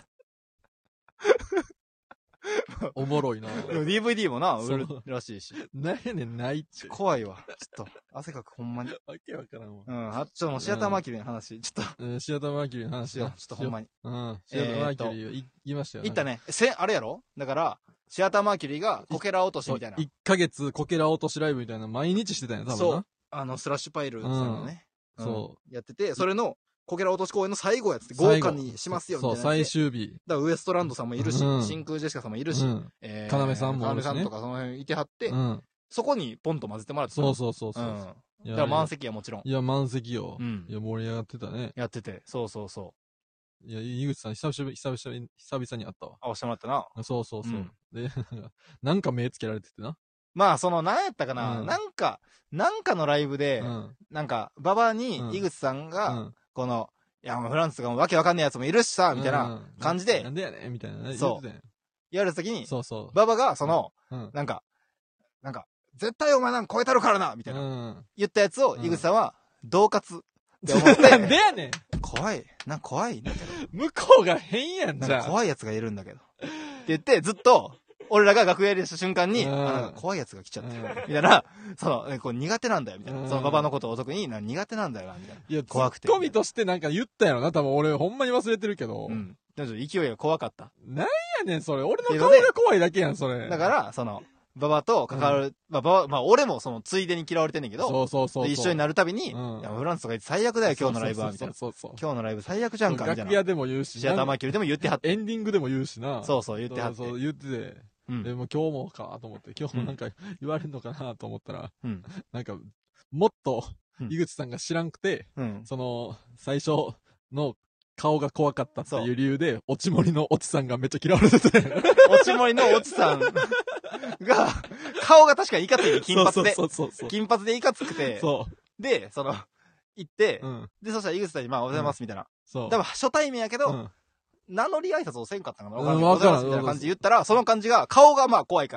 おもろいな。 DVD もな、売るらしいし。 なんやねん、ないって。 怖いわ。ちょっと、汗かく、ほんまに。 わけわからんわ。 ちょっともうシアターマーキュリーの話、ちょっと。 シアターマーキュリーの話よ。 ちょっとほんまに。 シアターマーキュリー言いましたよ。 言ったね。あれやろだから、シアターマーキュリーがこけら落としみたいな。 1ヶ月こけら落としライブみたいな毎日してたんや、多分な。 そう。スラッシュパイルさんのね。そう。やってて、それの、こけら落とし公演の最後やつって豪華にしますよみたいな。 そう、最終日。 だからウエストランドさんもいるし、真空ジェシカさんもいるし、 かなめさんもいるし。 かなめさんとかその辺いてはって、そこにポンと混ぜてもらって。 そう。だから満席やもちろん。 いや、満席よ。いや、盛り上がってたね。 やってて、そう。 いや、井口さん、久々に会ったわ。 会わしてもらったな。 そう。で、なんか目つけられててな。 まあ、何やったかな、なんかのライブで、なんか、馬場に井口さんが、いや、もうフランスとかもわけわかんないやつもいるしさ、みたいな感じで。 なんでやねんみたいなね。 そう。言われた時に、 そう。 馬場が、なんか、絶対お前なんか超えたるからなみたいな。言ったやつを、井口さんは、恫喝って思って。 なんでやねん怖い。怖い。 向こうが変やんじゃん。 怖いやつがいるんだけど。って言って、ずっと、俺らが楽屋入りした瞬間に、怖いやつが来ちゃって、みたいな、苦手なんだよ、みたいな。その馬場のことを特に苦手なんだよ、みたいな。 いや、怖くて。ツッコミとしてなんか言ったやろな、多分俺ほんまに忘れてるけど。 勢いが怖かった。 なんやねん、それ。俺の顔が怖いだけやん、それ。 だから、馬場と関わる、俺もついでに嫌われてんねんけど、 そう。 一緒になるたびに、いや、フランスとか最悪だよ、今日のライブは、みたいな。今日のライブ最悪じゃんか、みたいな。 楽屋でも言うし。 シアターマーキュリーでも言ってはって。 エンディングでも言うしな。 そう、言ってはって。 言ってて。でも今日もかと思って、今日もなんか言われるのかなと思ったら、なんか、もっと、井口さんが知らんくて、最初の顔が怖かったっていう理由で、落ち森の落ちさんがめっちゃ嫌われてて。 落ち森の落ちさんが、顔が確かにいかつい、金髪で。 そう。 金髪でいかつくて。で、行って、で、そしたら井口さんに、おはようございます、みたいな。多分初対面やけど、名乗り挨拶をせんかったのかなわからん。みたいな感じで言ったら、その感じが、顔が怖いから。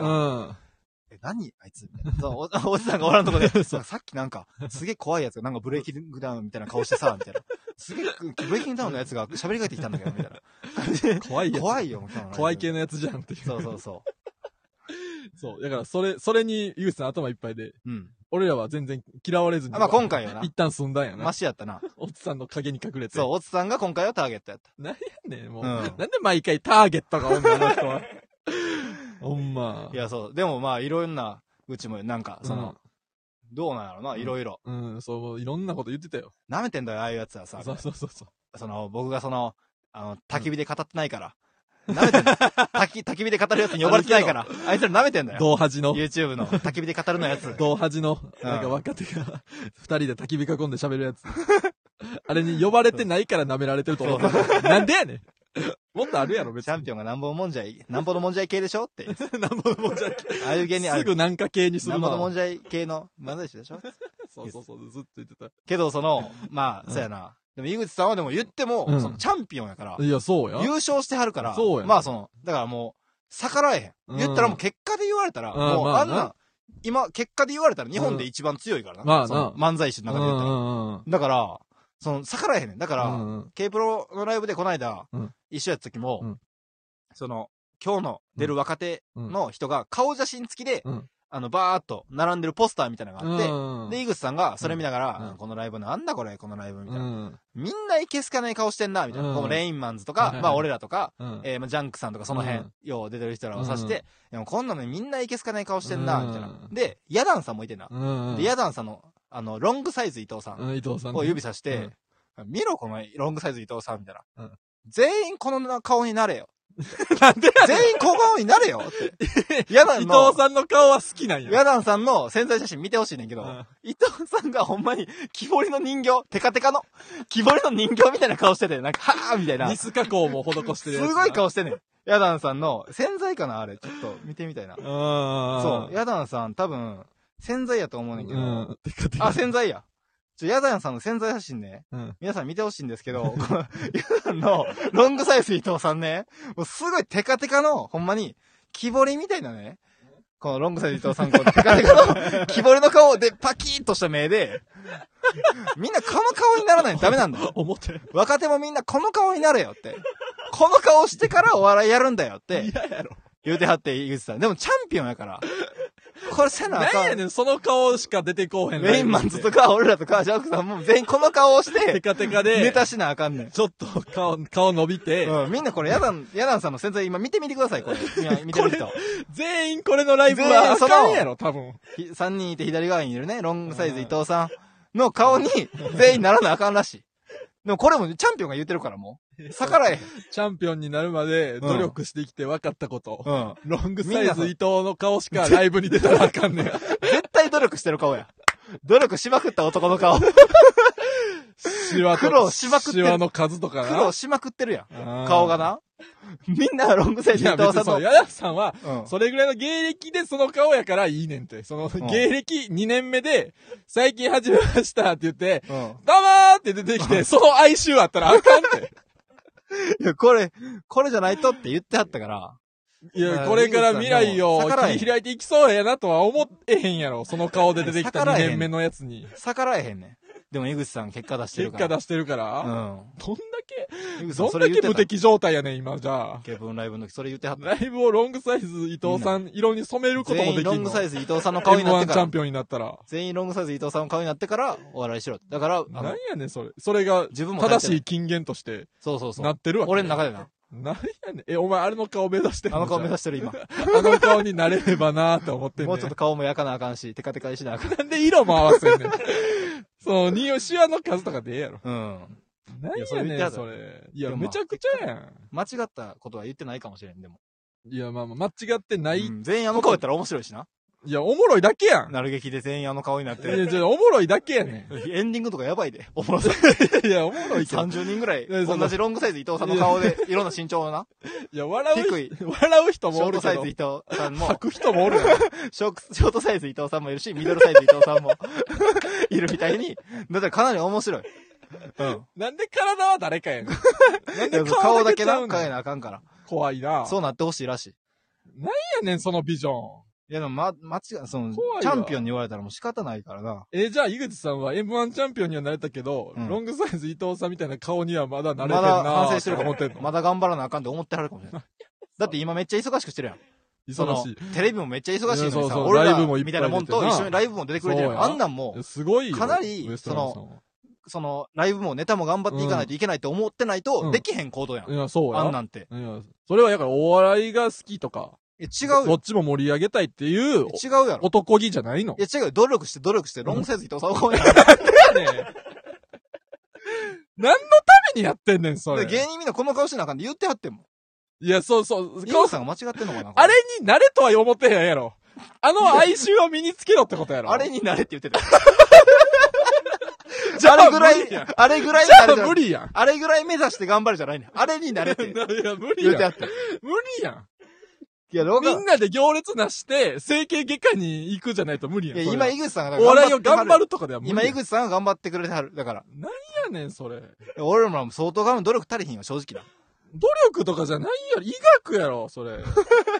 何あいつおじさんがおらんとこで、さっきなんか、すげえ怖いやつが、なんかブレイキングダウンみたいな顔してさ、みたいな。すげえ、ブレイキングダウンのやつが喋りかけてきたんだけど、みたいな。 怖いやつ。 怖いよ、 怖い系のやつじゃんっていう。 そう。 そう。だから、それに、井口さん頭いっぱいで。俺らは全然嫌われずに。 今回はな。 一旦済んだんやな。 マシやったな。 おつさんの影に隠れて。 そう、おつさんが今回はターゲットやった。 なんやねん、もう。なんで毎回ターゲットがおんの、あの人は。ほんま。 いや、そう。でもいろんな、うちも、なんか、どうなんやろな、いろいろ。 そう、いろんなこと言ってたよ。 舐めてんだよ、ああいうやつはさ。 そう。 僕が焚き火で語ってないから。 舐めてんだよ。焚き火で語るやつに呼ばれてないから。あいつら舐めてんだよ。 同端の。 YouTube の焚き火で語るのやつ。 同端の、なんか若手が、二人で焚き火囲んで喋るやつ。あれに呼ばれてないから舐められてると思う。なんでやねん。もっとあるやろ、別に。 チャンピオンがなんぼのもんじゃい系でしょって。 なんぼのもんじゃい系。 ああいう芸にある。 すぐなんか系にするなんぼのもんじゃい系の漫才師でしょそう、ずっと言ってた。 けど、まあ、そうやな。でも、井口さんはでも言っても、チャンピオンやから。 いや、そうや。 優勝してはるから。 そうや。 まあ、だからもう、逆らえへん。言ったらもう結果で言われたら、もうあんな、今、結果で言われたら日本で一番強いからな。まあな。漫才師の中で言ったら。だから、逆らえへんねん。だから、K プロのライブでこの間、一緒やった時も、今日の出る若手の人が顔写真付きで、バーっと並んでるポスターみたいなのがあって、で、井口さんがそれ見ながら、このライブなんだこのライブみたいな。みんないけすかない顔してんな、みたいな。このレインマンズとか、まあ俺らとか、ジャンクさんとかその辺、よう出てる人らを指して、でもこんなのみんないけすかない顔してんな、みたいな。で、ヤダンさんもいてんな。で、ヤダンさんの、ロングサイズ伊藤さんを指さして、見ろこのロングサイズ伊藤さんみたいな。全員この顔になれよ。 なんで全員小顔になれよって。ヤダンの。伊藤さんの顔は好きなんや。 ヤダンさんの潜在写真見てほしいねんけど、伊藤さんがほんまに木彫りの人形、テカテカの木彫りの人形みたいな顔してて、なんか、はぁーみたいな。 ニス加工も施してるやつ。 すごい顔してんねん。ヤダンさんの潜在かなあれ、ちょっと見てみたいな。そう。ヤダンさん多分、潜在やと思うねんけど。あ、潜在や。ヤダンさんの潜在写真ね、皆さん見てほしいんですけど、この、ヤダンのロングサイズ伊藤さんね、もうすごいテカテカの、ほんまに、木彫りみたいなね、このロングサイズ伊藤さん、このテカテカの木彫りの顔でパキーッとした目で、みんなこの顔にならないとダメなんだよ。若手もみんなこの顔になれよって。この顔してからお笑いやるんだよって。 嫌やろ。 言うてはって言うてた。でもチャンピオンやから。これせなあかん。 何やねん、その顔しか出てこうへん。 レインマンズとか、俺らとか、ジャックさんも全員この顔をして、 テカテカで、 ネタしなあかんねん。 ちょっと顔伸びて、 みんなこれヤダンさんの潜在今見てみてください、これ。今見てる人。 全員これのライブはあかんやろ、多分。 3人いて左側にいるね、ロングサイズ伊藤さんの顔に全員ならなあかんらしい。でもこれもチャンピオンが言ってるからもう。逆らえへん。 チャンピオンになるまで努力してきて分かったこと。ロングサイズ伊藤の顔しかライブに出たらあかんねん。 絶対努力してる顔や。努力しまくった男の顔。苦労しまくってる。 シワの数とかな。 苦労しまくってるやん。顔がな。みんなロングサイズ伊藤さんの。 ヤダさんは、それぐらいの芸歴でその顔やからいいねんて。その芸歴2年目で、最近始めましたって言って、どうもーって出てきて、その哀愁あったらあかんって。 いや、これじゃないとって言ってはったから。 いや、これから未来を切り開いていきそうやなとは思えへんやろ。その顔で出てきた2年目のやつに。 逆らえへんねん。でも、江口さん結果出してるから。 結果出してるから。どんだけ無敵状態やねん、今、じゃあ。 ケーブンライブの時、それ言ってはった。 ライブをロングサイズ伊藤さん色に染めることもできるの。 全員ロングサイズ伊藤さんの顔になってから。 M1 チャンピオンになったら。 全員ロングサイズ伊藤さんの顔になってから、お笑いしろ。だから、 何やねん、それ。それが、正しい金言として、なってるわけ。 俺の中でな。 何やねん。お前あれの顔目指してるの？あの顔目指してる今。 あの顔になれればなーって思ってんねん。 もうちょっと顔も焼かなあかんし、テカテカにしなあかん。 なんで色も合わせんねん。そう、シワの数とかでええやろ。何やねん、それ。いや、めちゃくちゃやん。 間違ったことは言ってないかもしれん、でも。 いや、まあ間違ってない。 全員あの顔やったら面白いしな。 いや、おもろいだけやん。 なる劇で全員あの顔になって。 いや、じゃあおもろいだけやねん。エンディングとかやばいで。おもろさ。 いや、おもろいけど。 30人ぐらい、同じロングサイズ伊藤さんの顔で、いろんな身長のな。 いや、笑う人もおるけど。 ショートサイズ伊藤さんも。 吐く人もおるやん。 ショートサイズ伊藤さんもいるし、ミドルサイズ伊藤さんもいるみたいに、だからかなり面白い。 なんで体は誰かやねん。 なんで顔だけな、変えなあかんから。 怖いな。 そうなってほしいらしい。 なんやねん、そのビジョン。 いやでも間違い、チャンピオンに言われたらもう仕方ないからな。 じゃあ、井口さんは M1 チャンピオンにはなれたけど、ロングサイズ伊藤さんみたいな顔にはまだなれへんな。 まだ反省してるか思ってんの。まだ頑張らなあかんって思ってはるかもしれない。だって今めっちゃ忙しくしてるやん。 忙しい。 テレビもめっちゃ忙しいのにさ、 そう俺らみたいなもんと一緒にライブも出てくれてるやん。あんなんも、 すごいかなり、ライブもネタも頑張っていかないといけないと思ってないと、できへん行動やん。 いや、そうや。 あんなんて。 それはやからお笑いが好きとか。 違うよ。 どっちも盛り上げたいっていう。 違うやろ。 男気じゃないの？ いや違うよ。努力して、ロングサイズ伊藤さんをこうやなんでやねん。何のためにやってんねん、それ。 芸人みんなこの顔してなあかんで言ってはってんもん。 いや、そうそう。 イグさんが間違ってんのかなあれになれとは思ってへんやろ。哀愁を身につけろってことやろ。 あれになれって言ってた。じゃあ、あれぐらいになれ無理やん。 あれぐらい目指して頑張るじゃないね。あれになれって。 いや、無理やん。 言うてあった。 無理やん。 いや、 みんなで行列なして、整形外科に行くじゃないと無理やん。 いや、今、井口さんがお笑いを頑張るとかでは無理。 今、井口さんが頑張ってくれてはる。だから。 なんやねん、それ。 俺らも相当努力足りひんわ、正直だ。 努力とかじゃないやろ。医学やろ、それ。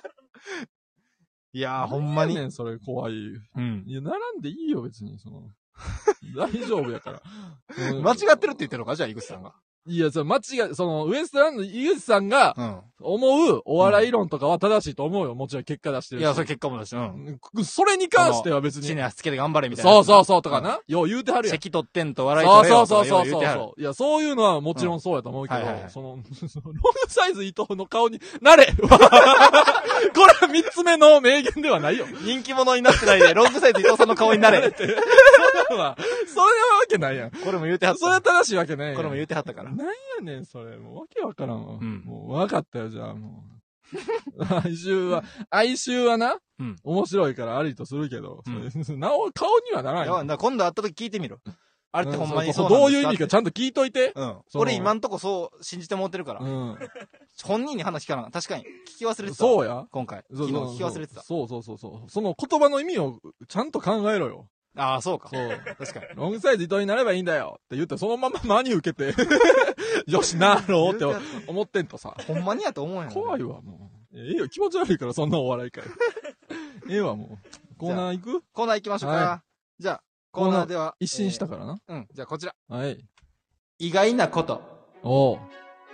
いやー、ほんまに。 なんやねん、それ、怖い。 うん。 いや、並んでいいよ、別に、大丈夫やから。 間違ってるって言ってるのかじゃあ、井口さんが。 いや、ウエストランド、井口さんが、思うお笑い論とかは正しいと思うよ。もちろん結果出してるし。 いや、それ結果も出してる。 それに関しては別に。 地に足つけて頑張れみたいな。 そうとかな。よう言うてはるやん。 席取ってんと笑い取れよとかそう。いや、そういうのはもちろんそうやと思うけど、ロングサイズ伊藤の顔になれこれは3つ目の名言ではないよ。 人気者になってないで、ロングサイズ伊藤さんの顔になれ。それはわけないやん。 これも言うてはった。 それは正しいわけないやん。 これも言うてはったから。 なんやねん、それ。もうわけわからんわ。もうわかったよ、じゃあもう。哀愁はな、面白いからありとするけど、顔にはならんよ。 今度会った時聞いてみろ。あれってほんまにそうどういう意味かちゃんと聞いといて。 俺今んとこそう信じてもってるから。本人に話聞かな。確かに。聞き忘れてた。 そうや。 今回。昨日聞き忘れてた。 そう。その言葉の意味をちゃんと考えろよ。 ああ、そうか。 そう。 確かに。 ロングサイズ伊藤になればいいんだよって言って、そのまま真に受けて、よし、なろうって思ってんとさ。 ほんまにやと思うやん。 怖いわ、もう。よ、気持ち悪いから、そんなお笑いかよ。わ、もう。コーナー行く？ コーナー行きましょうか。じゃあ、コーナーでは。 一新したからな。 じゃあこちら。 はい。 意外なこと。 おう。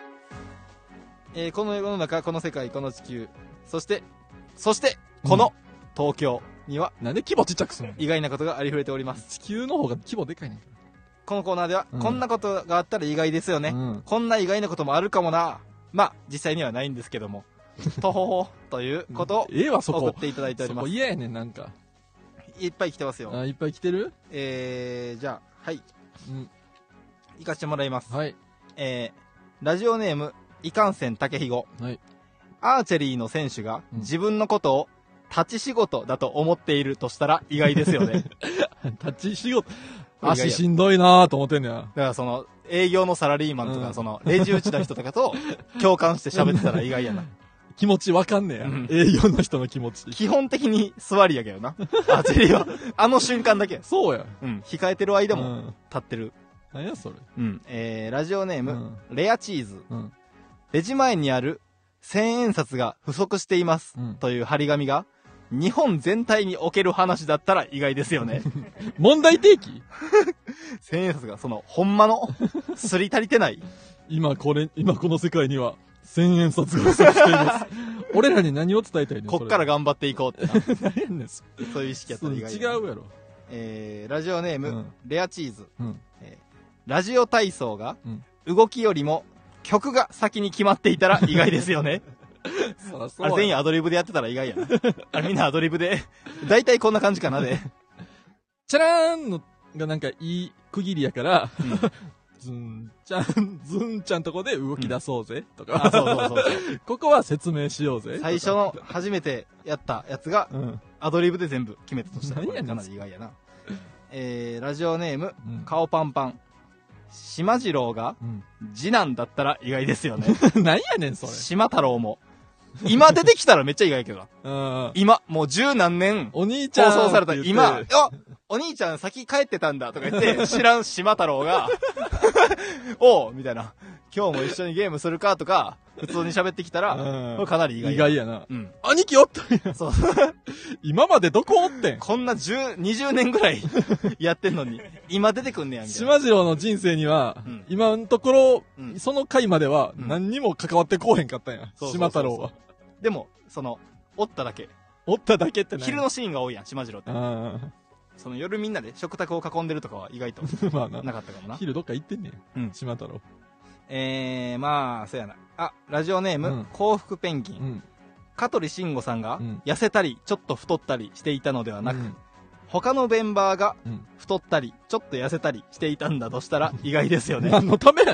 この世の中、この世界、この地球。そして、この東京。には、 なんで規模ちっちゃくすんの？ 意外なことがありふれております。 地球の方が規模でかいねん。 このコーナーでは、こんなことがあったら意外ですよね。こんな意外なこともあるかもな。まあ、実際にはないんですけども。とほほ、ということを、送っていただいております。 そこ嫌やねん、なんか。 いっぱい来てますよ。 いっぱい来てる？ じゃあ、はい。行かせてもらいます。 はい。 ラジオネーム、いかんせんたけひご。 はい。 アーチェリーの選手が自分のことを、立ち仕事だと思っているとしたら意外ですよね。 立ち仕事足しんどいなぁと思ってんねや。 だから営業のサラリーマンとか、レジ打ちの人とかと共感して喋ってたら意外やな。 気持ちわかんねや。営業の人の気持ち。 基本的に座りやけどな。アーチェリーは。あの瞬間だけ。 そうや。 控えてる間も立ってる。 何やそれ。 ラジオネーム、レアチーズ。レジ前にある千円札が不足しています。という張り紙が、日本全体における話だったら意外ですよね。 問題提起？ 千円札がほんまの、すり足りてない。 今この世界には、千円札が不足しています。俺らに何を伝えたいの？ こっから頑張っていこうってな。 何やねんそういう意識やったら意外。 違うやろ。 ラジオネーム、レアチーズ。ラジオ体操が、動きよりも、曲が先に決まっていたら意外ですよね。あれ全員アドリブでやってたら意外やな。あれみんなアドリブで、だいたいこんな感じかなで。 チャラーンのがなんかいい区切りやから、ズンちゃんとこで動き出そうぜ、とか。そう。ここは説明しようぜ。 最初の初めてやったやつが、アドリブで全部決めたとしたら、かなり意外やな。ラジオネーム、顔パンパン。島次郎が、次男だったら意外ですよね。 何やねん、それ。 島太郎も。今出てきたらめっちゃ意外やけどな。今、もう十何年、 お兄ちゃん放送された今、お兄ちゃん先帰ってたんだとか言って、知らん島太郎が、おうみたいな。今日も一緒にゲームするかとか、普通に喋ってきたら、これかなり意外。 意外やな。兄貴おったんや。 そう。 今までどこおってん？ こんな20年ぐらいやってんのに、今出てくんねや、みたいな。 島次郎の人生には、今のところ、その回までは、何にも関わってこうへんかったんや。島太郎は。 でも、おっただけ。 おっただけって昼のシーンが多いやん、島次郎って。夜みんなで食卓を囲んでるとかは意外とまあなかったかもな。 昼どっか行ってんねん。島太郎。 まあ、そうやな。ラジオネーム、幸福ペンギン。香取慎吾さんが、痩せたり、ちょっと太ったりしていたのではなく、他のメンバーが、太ったり、ちょっと痩せたりしていたんだとしたら意外ですよね。 何のためやねん。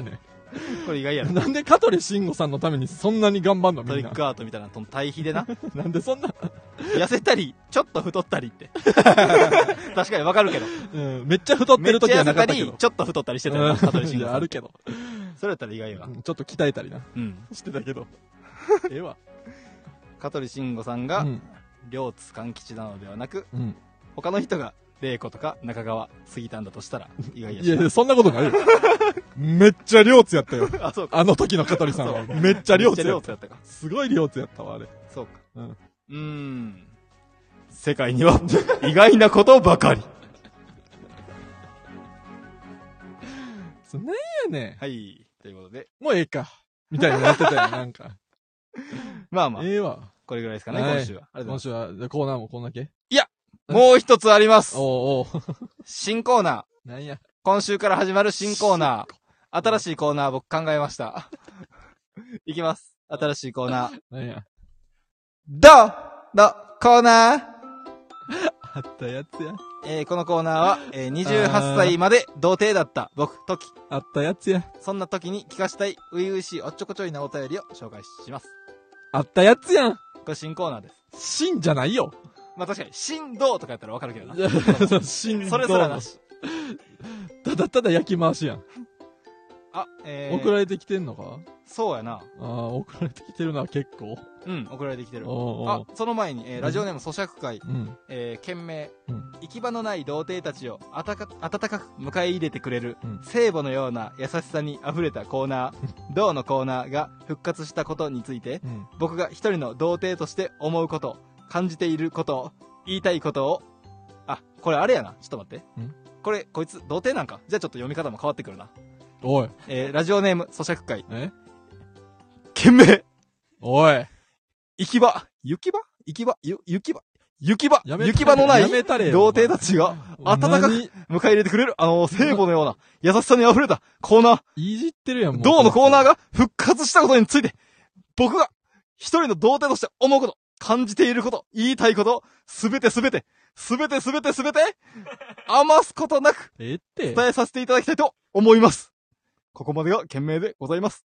これ意外やろ。 なんで香取慎吾さんのためにそんなに頑張んのみんな。 トリックアートみたいな対比でな。 なんでそんな。 痩せたり、ちょっと太ったりって。確かにわかるけど。 うん。めっちゃ太ってる時はなかったけど。 めっちゃ痩せたり、ちょっと太ったりしてたよ。香取慎吾さん。 あるけど。 それやったら意外やわ。 ちょっと鍛えたりな。 うん。 してたけど。ええわ。 香取慎吾さんが、両津勘吉なのではなく、他の人が、玲子とか中川杉田だとしたら意外やし。 いや、そんなことないよ。めっちゃ両津やったよ。 あ、そうか。 あの時の香取さんは。めっちゃ両津やったか。 すごい両津やったわ、あれ。 そうか。世界には意外なことばかり。 なんやねん。 はい。ということで。 もうええか。みたいになってたよ、なんか。 まあまあ。 ええわ。 これぐらいですかね、今週は。 今週は、コーナーもこんだけ？ いやもう一つあります。 おう新コーナー。なんや。 今週から始まる新コーナー。新しいコーナー僕考えました。いきます。新しいコーナー。 なんや。 どうのコーナー。 あったやつや。 このコーナーは、28歳まで童貞だった僕、トキ。 あったやつや。 そんな時に聞かしたい、初々しいおっちょこちょいなお便りを紹介します。 あったやつやん。 これ新コーナーです。 新じゃないよ。 まあ確かに、新道とかやったらわかるけどな。 新道。 それすらなし。 ただただ焼き回しやん。 あ、 送られてきてんのか？ そうやな。 送られてきてるのは結構。 送られてきてる。 あ、 その前に、ラジオネーム咀嚼会、件名、行き場のない童貞たちを温かく迎え入れてくれる、聖母のような優しさに溢れたコーナー、どうのコーナーが復活したことについて、僕が一人の童貞として思うこと、感じていること、言いたいことを、これあれやな。ちょっと待って。こいつ、童貞なんか？じゃあちょっと読み方も変わってくるな。 おい。 ラジオネーム、咀嚼会。件名。 おい。 行き場のない童貞たちが温かく迎え入れてくれる聖母のような優しさに溢れたコーナー。 いじってるやん、もう。 どうのコーナーが復活したことについて、僕が一人の童貞として思うこと、感じていること、言いたいこと、すべて、余すことなく、伝えさせていただきたいと思います。ここまでが件名でございます。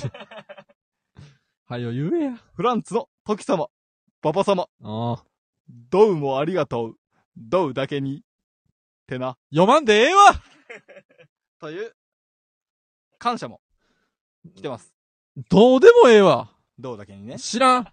はよ言えや。 フランツの時様、パパ様。どうもありがとう。どうだけに。ってな。 読まんでええわという、感謝も、来てます。 どうでもええわ。 どうだけにね。 知らん。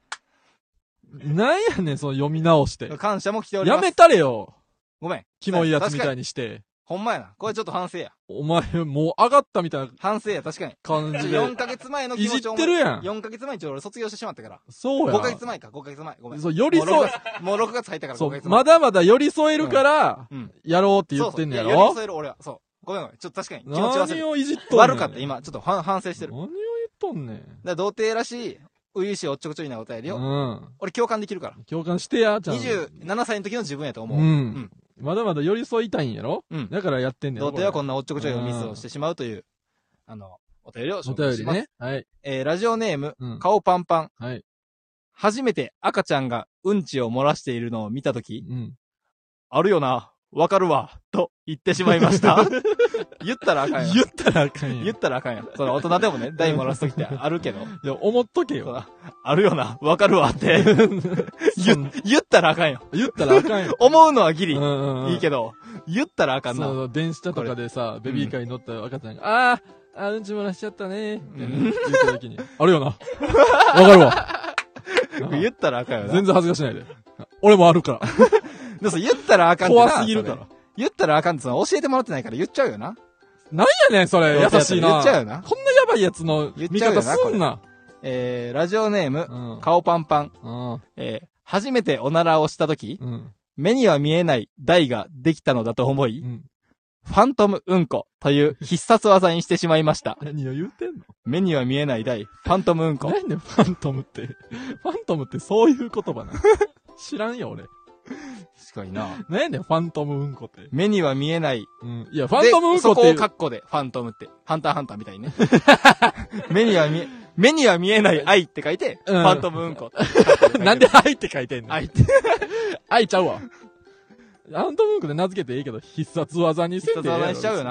なんやねん、その読み直して。 感謝も来ております。 やめたれよ。 ごめん。 キモいやつみたいにして。 ほんまやな。これちょっと反省や。 お前、もう上がったみたいな。 反省や、確かに。 感じで。 4ヶ月前の気持ちを。 いじってるやん。 4ヶ月前に俺卒業してしまったから。 そうや。 5ヶ月前か、5ヶ月前。ごめん。 そう、寄り添え。もう6月入ったから5ヶ月前。 まだまだ寄り添えるから、やろうって言ってんねやろ。 寄り添える俺は。そう。ごめん。ちょっと確かに。気持ち忘れ何をいじっとんねん。 悪かった。今、ちょっと反省してる。 何を言っとんねん。 童貞らしい、初々しいおっちょこちょいなお便りを。俺共感できるから。 共感してや、 ちゃんと。27歳の時の自分やと思う。 まだまだ寄り添いたいんやろ？だからやってんねん。 童貞はこんなおっちょこちょいのミスをしてしまうという、お便りを紹介します。 お便りね。はい。 ラジオネーム、顔パンパン。 はい。 初めて赤ちゃんがうんちを漏らしているのを見たとき、あるよな、わかるわ、と言ってしまいました。言ったらあかんよ。 言ったらあかんよ。 言ったらあかんよ。その大人でもね、大漏らすときってあるけど。 いや、思っとけよ。 あるよな、わかるわって言ったらあかんよ。 言ったらあかんよ。 思うのはギリ。いいけど、言ったらあかんな。 そう、電車とかでさ、ベビーカーに乗った赤ちゃんが、うんち漏らしちゃったね。言ったときに、あるよな。わかるわ。 言ったらあかんよな。 全然恥ずかしないで。俺もあるから。 でも言ったらあかんって怖すぎるから。 言ったらあかんって教えてもらってないから言っちゃうよな。 なんやねん、それ。優しいな。 言っちゃうよな。 こんなやばいやつの見方すんな。 ラジオネーム、顔パンパン。初めておならをしたとき、目には見えない台ができたのだと思い、ファントムうんこという必殺技にしてしまいました。 何を言うてんの？ 目には見えない台、ファントムうんこ。 何でファントムって。ファントムってそういう言葉なの？知らんよ、俺。 確かにな。 何やねん、ファントムうんこって。 目には見えない。 いや、ファントムうんこって。 そこをカッコで、ファントムって。ハンターハンターみたいにね。目には見えない愛って書いて、ファントムうんこ。 なんで愛って書いてんの？ 愛って。 愛ちゃうわ。ファントムうんこで名付けていいけど、必殺技にせんで必殺技にしちゃうよな。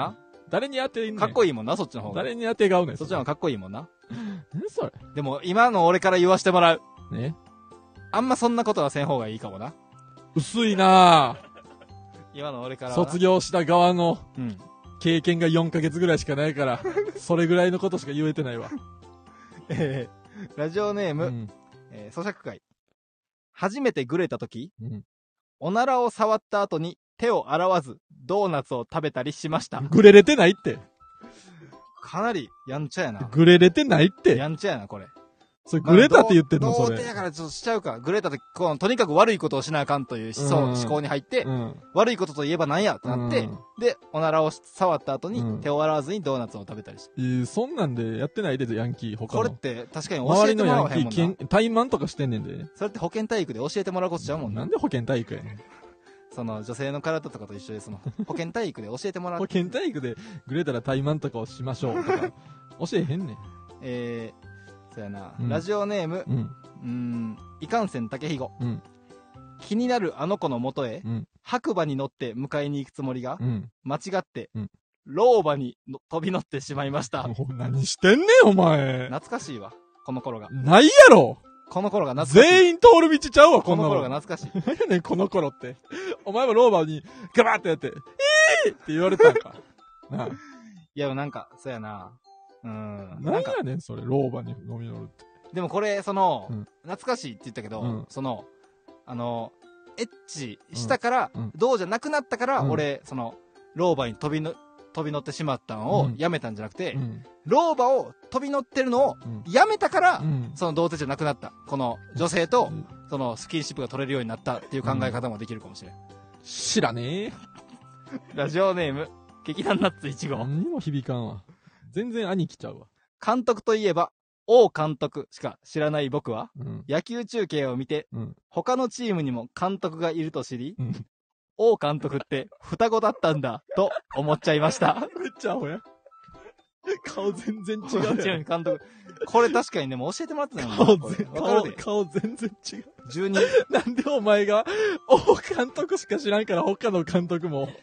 誰に当てんねん。 かっこいいもんな、そっちの方が。 誰に当てがうねん。 そっちの方がかっこいいもんな。 何それ。 でも、今の俺から言わしてもらう。 ね。 あんまそんなことはせん方がいいかもな。 薄いなぁ。 今の俺からは。 卒業した側のうん。 経験が4ヶ月ぐらいしかないから、それぐらいのことしか言えてないわ。 ラジオネーム、 うん。 咀嚼会。初めてグレた時、 うん。 おならを触った後に手を洗わずドーナツを食べたりしました。 グレれてないって。 かなりやんちゃやな。 グレれてないって。 やんちゃやな、これ。 それグレたって言ってんの、それ。 童貞やからちょっとしちゃうか。グレた時、とにかく悪いことをしなあかんという思考に入って、悪いことといえば何やってなって、で、おならを触った後に手を洗わずにドーナツを食べたりして。 そんなんでやってないで、ヤンキー、他の。 これって確かに教えてもらわへんもんな。 周りのヤンキー、怠慢とかしてんねんで。 それって保健体育で教えてもらうことちゃうもんな。 なんで保健体育やねん。 その女性の体とかと一緒で、その保健体育で教えてもらう。 保健体育でグレたら怠慢とかをしましょうとか、教えへんねん。 そうやな、ラジオネーム、いかんせん竹ひご、気になるあの子の元へ、白馬に乗って迎えに行くつもりが、間違って、老婆に飛び乗ってしまいました。 何してんねん、お前。 懐かしいわ、この頃が。 ないやろ。 この頃が懐かしい。 全員通る道ちゃうわ、 この頃が懐かしい。 何やねん、この頃って。お前も老婆にガバッてやって、って言われたんか。なあ。 いや、なんか、そうやな。 何やねん、それ、老婆に飲み乗るって。 でもこれ、懐かしいって言ったけど、エッチしたから、どうじゃなくなったから、俺、老婆に飛び乗ってしまったのをやめたんじゃなくて、老婆を飛び乗ってるのをやめたから、その童貞じゃなくなった。この女性と、スキンシップが取れるようになったっていう考え方もできるかもしれん。 知らねえ。 ラジオネーム、劇団ナッツ1号。 何にも響かんわ。全然兄貴ちゃうわ。 監督といえば、王監督しか知らない僕は、野球中継を見て、他のチームにも監督がいると知り、王監督って双子だったんだ、と思っちゃいました。 めっちゃアホや。顔全然違うやん。 監督。これ確かにでも教えてもらってたよ。顔全然違う。 12。 なんでお前が、王監督しか知らんから他の監督も。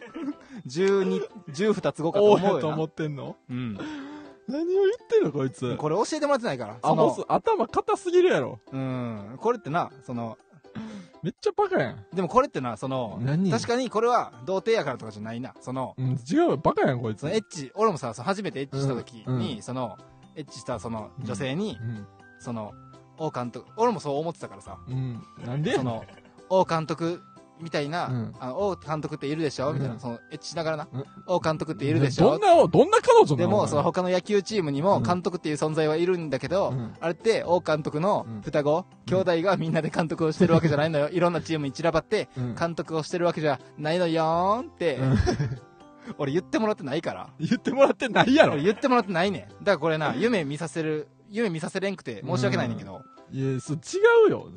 12つ後かと思うよな。 王やと思ってんの？ うん。 何を言ってんのこいつ。 これ教えてもらってないから。 頭硬すぎるやろ。 これってな、 めっちゃバカやん。 でもこれってな、確かにこれは童貞やからとかじゃないな。 違うよ、バカやんこいつ。 エッチ、俺もさ、初めてエッチした時に、エッチした女性に、王監督、俺もそう思ってたからさ。 なんで王監督みたいな、王監督っているでしょみたいな、エッチしながらな、王監督っているでしょどんな彼女なの？ でも、他の野球チームにも監督っていう存在はいるんだけど、あれって王監督の双子、兄弟がみんなで監督をしてるわけじゃないのよ。いろんなチームに散らばって、監督をしてるわけじゃないのよーんって、俺言ってもらってないから。 言ってもらってないやろ。 俺言ってもらってないねん。だからこれな、夢見させれんくて申し訳ないねんけど。 いや、違うよ。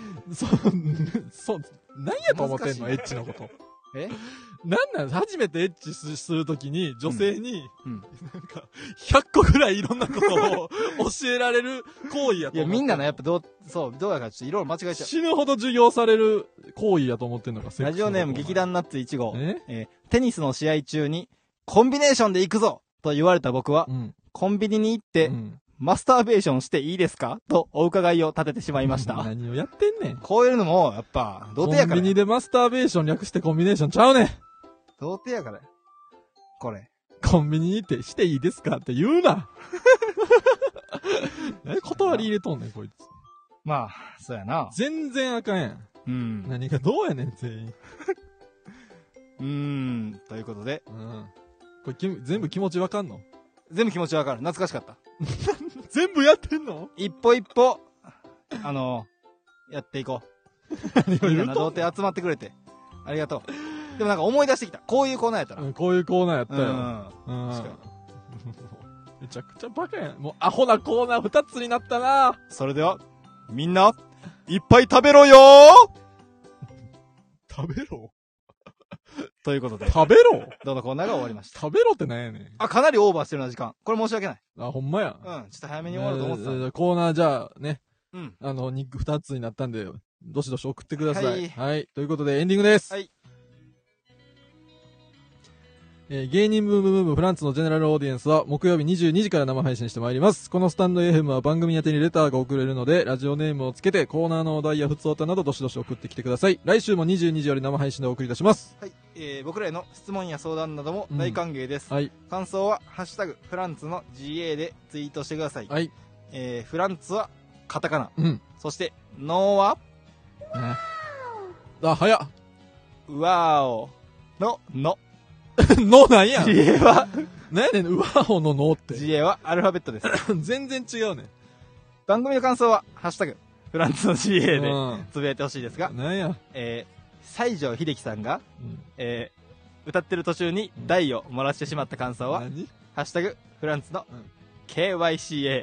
何やと思ってんのエッチのこと。初めてエッチするときに、女性に、なんか、100個ぐらいいろんなことを教えられる行為やと思ってんの。 いや、みんなのやっぱどうやかちょっといろいろ間違えちゃう。 死ぬほど授業される行為やと思ってんのか、 ラジオネーム劇団ナッツ1号。テニスの試合中に、コンビネーションで行くぞと言われた僕は、コンビニに行って、マスターベーションしていいですかとお伺いを立ててしまいました。 何をやってんねん。 こういうのも、やっぱ、童貞やから。 コンビニでマスターベーション略してコンビネーションちゃうねん。 童貞やから。これ。 コンビニに行ってしていいですかって言うな。断り入れとんねん、こいつ。 まあ、そうやな。 全然あかんやん。何がどうやねん、全員。ということで。 これ全部気持ちわかんの？ 全部気持ちわかる。懐かしかった。 全部やってんの？ 一歩一歩、やっていこう。みんな童貞集まってくれて。ありがとう。でもなんか思い出してきた。こういうコーナーやったら。 こういうコーナーやったよ。確かに。めちゃくちゃバカやん。もうアホなコーナー2つになったな。 それでは、みんな、いっぱい食べろよー。食べろということで。 食べろどのコーナーが終わりました。 食べろってなんやねん。 かなりオーバーしてるな時間。これ申し訳ない。 ほんまや。 ちょっと早めに終わると思ってた。 コーナーじゃあね。肉2つになったんで、どしどし送ってください。はい。ということでエンディングです。はい。 芸人ブームブームフランツのジェネラルオーディエンスは木曜日22時から生配信してまいります。このスタンド FM は番組宛てにレターが送れるので、ラジオネームをつけてコーナーのお題や普通歌などどしどし送ってきてください。来週も22時より生配信でお送りいたします。 はい、僕らへの質問や相談なども大歓迎です。 はい。 感想はハッシュタグフランツの GA でツイートしてください。 はい。 フランツはカタカナ。 うん。 そしてノーは、 あ、早っ。 うわーおのののなんや。 GA は何やねん、うわーおののって。 GA はアルファベットです。 全然違うね。 番組の感想はハッシュタグフランツの GA でつぶやいてほしいですが、 なんや。 西城秀樹さんが、歌ってる途中に台を漏らしてしまった感想は、ハッシュタグフランツの KYCA。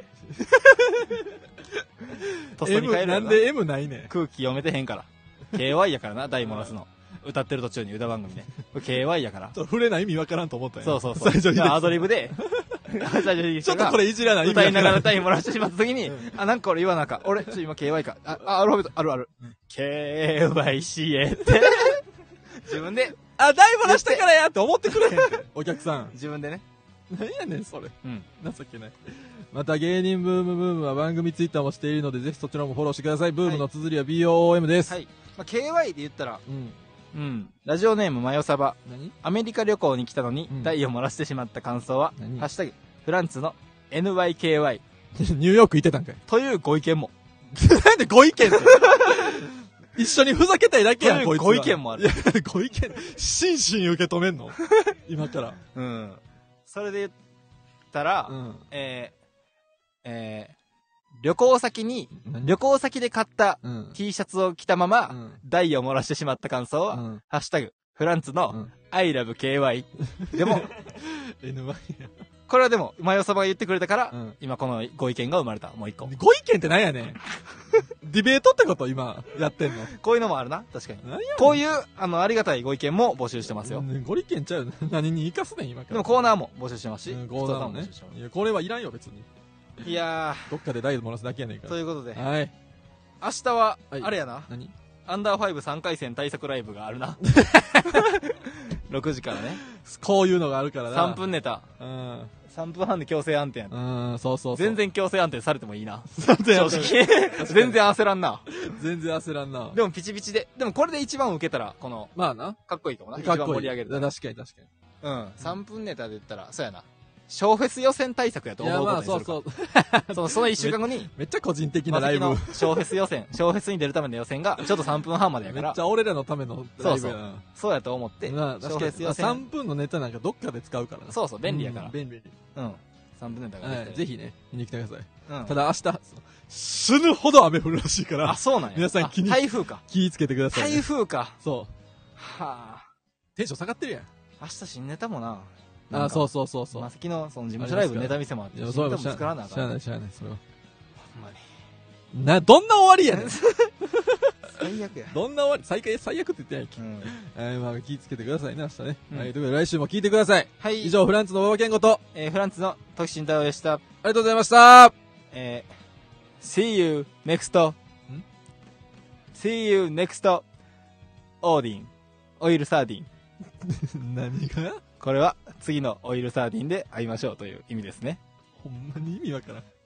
とっさに変えるよな。 なんで M ないねん。 空気読めてへんから。KY やからな、台漏らすの。歌ってる途中に歌番組ね。KY やから。 触れない意味わからんと思ったんや。 そうそうそう。アドリブで、西城秀樹さんがちょっとこれいじらない。 歌いながら台漏らしてしまった時に、あ、なんか俺言わなか。俺、今 KY か。アルファベット、あるある。KYCA って。自分で、 台漏らしたからやって思ってくれへんって。お客さん。 自分でね。 何やねん、それ。 うん。 情けない。また芸人ブームブームは番組ツイッターもしているので、ぜひそちらもフォローしてください。ブームの綴りは BOOM です。 はい。まあ、KY で言ったら、うん。ラジオネームマヨサバ。アメリカ旅行に来たのに、台を漏らしてしまった感想は、ハッシュタグ、フランツの NYKY。 ニューヨーク行ってたんかい。 というご意見も。 なんでご意見って。一緒にふざけたいだけやん、こいつは。 ご意見もある。 いや、ご意見、真摯に受け止めんの今から。 うん。それで言ったら、旅行先で買った T シャツを着たまま、台を漏らしてしまった感想は、ハッシュタグ、フランツの I love KY。でも、 NY これはでも、マヨサバが言ってくれたから、今このご意見が生まれた。もう一個。 ご意見って何やねん。ディベートってこと今、やってんの。 こういうのもあるな。確かに。こういう、ありがたいご意見も募集してますよ。 ご意見ちゃうよ。何に生かすねん、今から。 でもコーナーも募集してますし。 コーナーもね。いや、これはいらんよ、別に。 いやー。どっかで台漏らすだけやねんから。 ということで。 はい。 明日は、あれやな。 何アンダー5 3回戦対策ライブがあるな。6時からね。 こういうのがあるからな。 3分ネタ。3分半で強制暗転。 そうそう。 全然強制暗転されてもいいな。正直。全然焦らんな。 全然焦らんな。 でもピチピチで。でもこれで一番受けたら、この、 まあな。 かっこいいかもな。 一番盛り上げる。 確かに確かに。 うん。3分ネタで言ったら、そうやな。小フェス予選対策やと思うことにするか。その1週間後に、 めっちゃ個人的なライブ。 小フェス予選、小フェスに出るための予選が、ちょっと3分半までやから。 めっちゃ俺らのためのライブやな。 そうやと思って、小フェス予選。 3分のネタなんかどっかで使うからな。 そうそう、便利やから。 便利。 うん。3分ネタがぜひね、見に来てください。 うん。 ただ明日、死ぬほど雨降るらしいから。 あ、そうなんや。 皆さん台風か。 気ぃつけてください。 台風か。 そう。 はぁ。 テンション下がってるやん。 明日新ネタもな。 そうそうそう。 まさきの、その事務所ライブネタ見せもあって、新ネタも作らなあかん。 知らない、それは。 ほんまに。 どんな終わりやねん。 最悪や。 どんな終わり最悪って言ってないっけ。まあ気ぃつけてくださいね、明日ね。はい、ということで来週も聞いてください。 はい。 以上、フランツの馬場健吾と、 フランツの時慎太郎でした。ありがとうございました。 See you next. See you next. オーディン。オイルサーディン。 何がこれは次のオイルサーディンで会いましょうという意味ですね。 ほんまに意味わからん。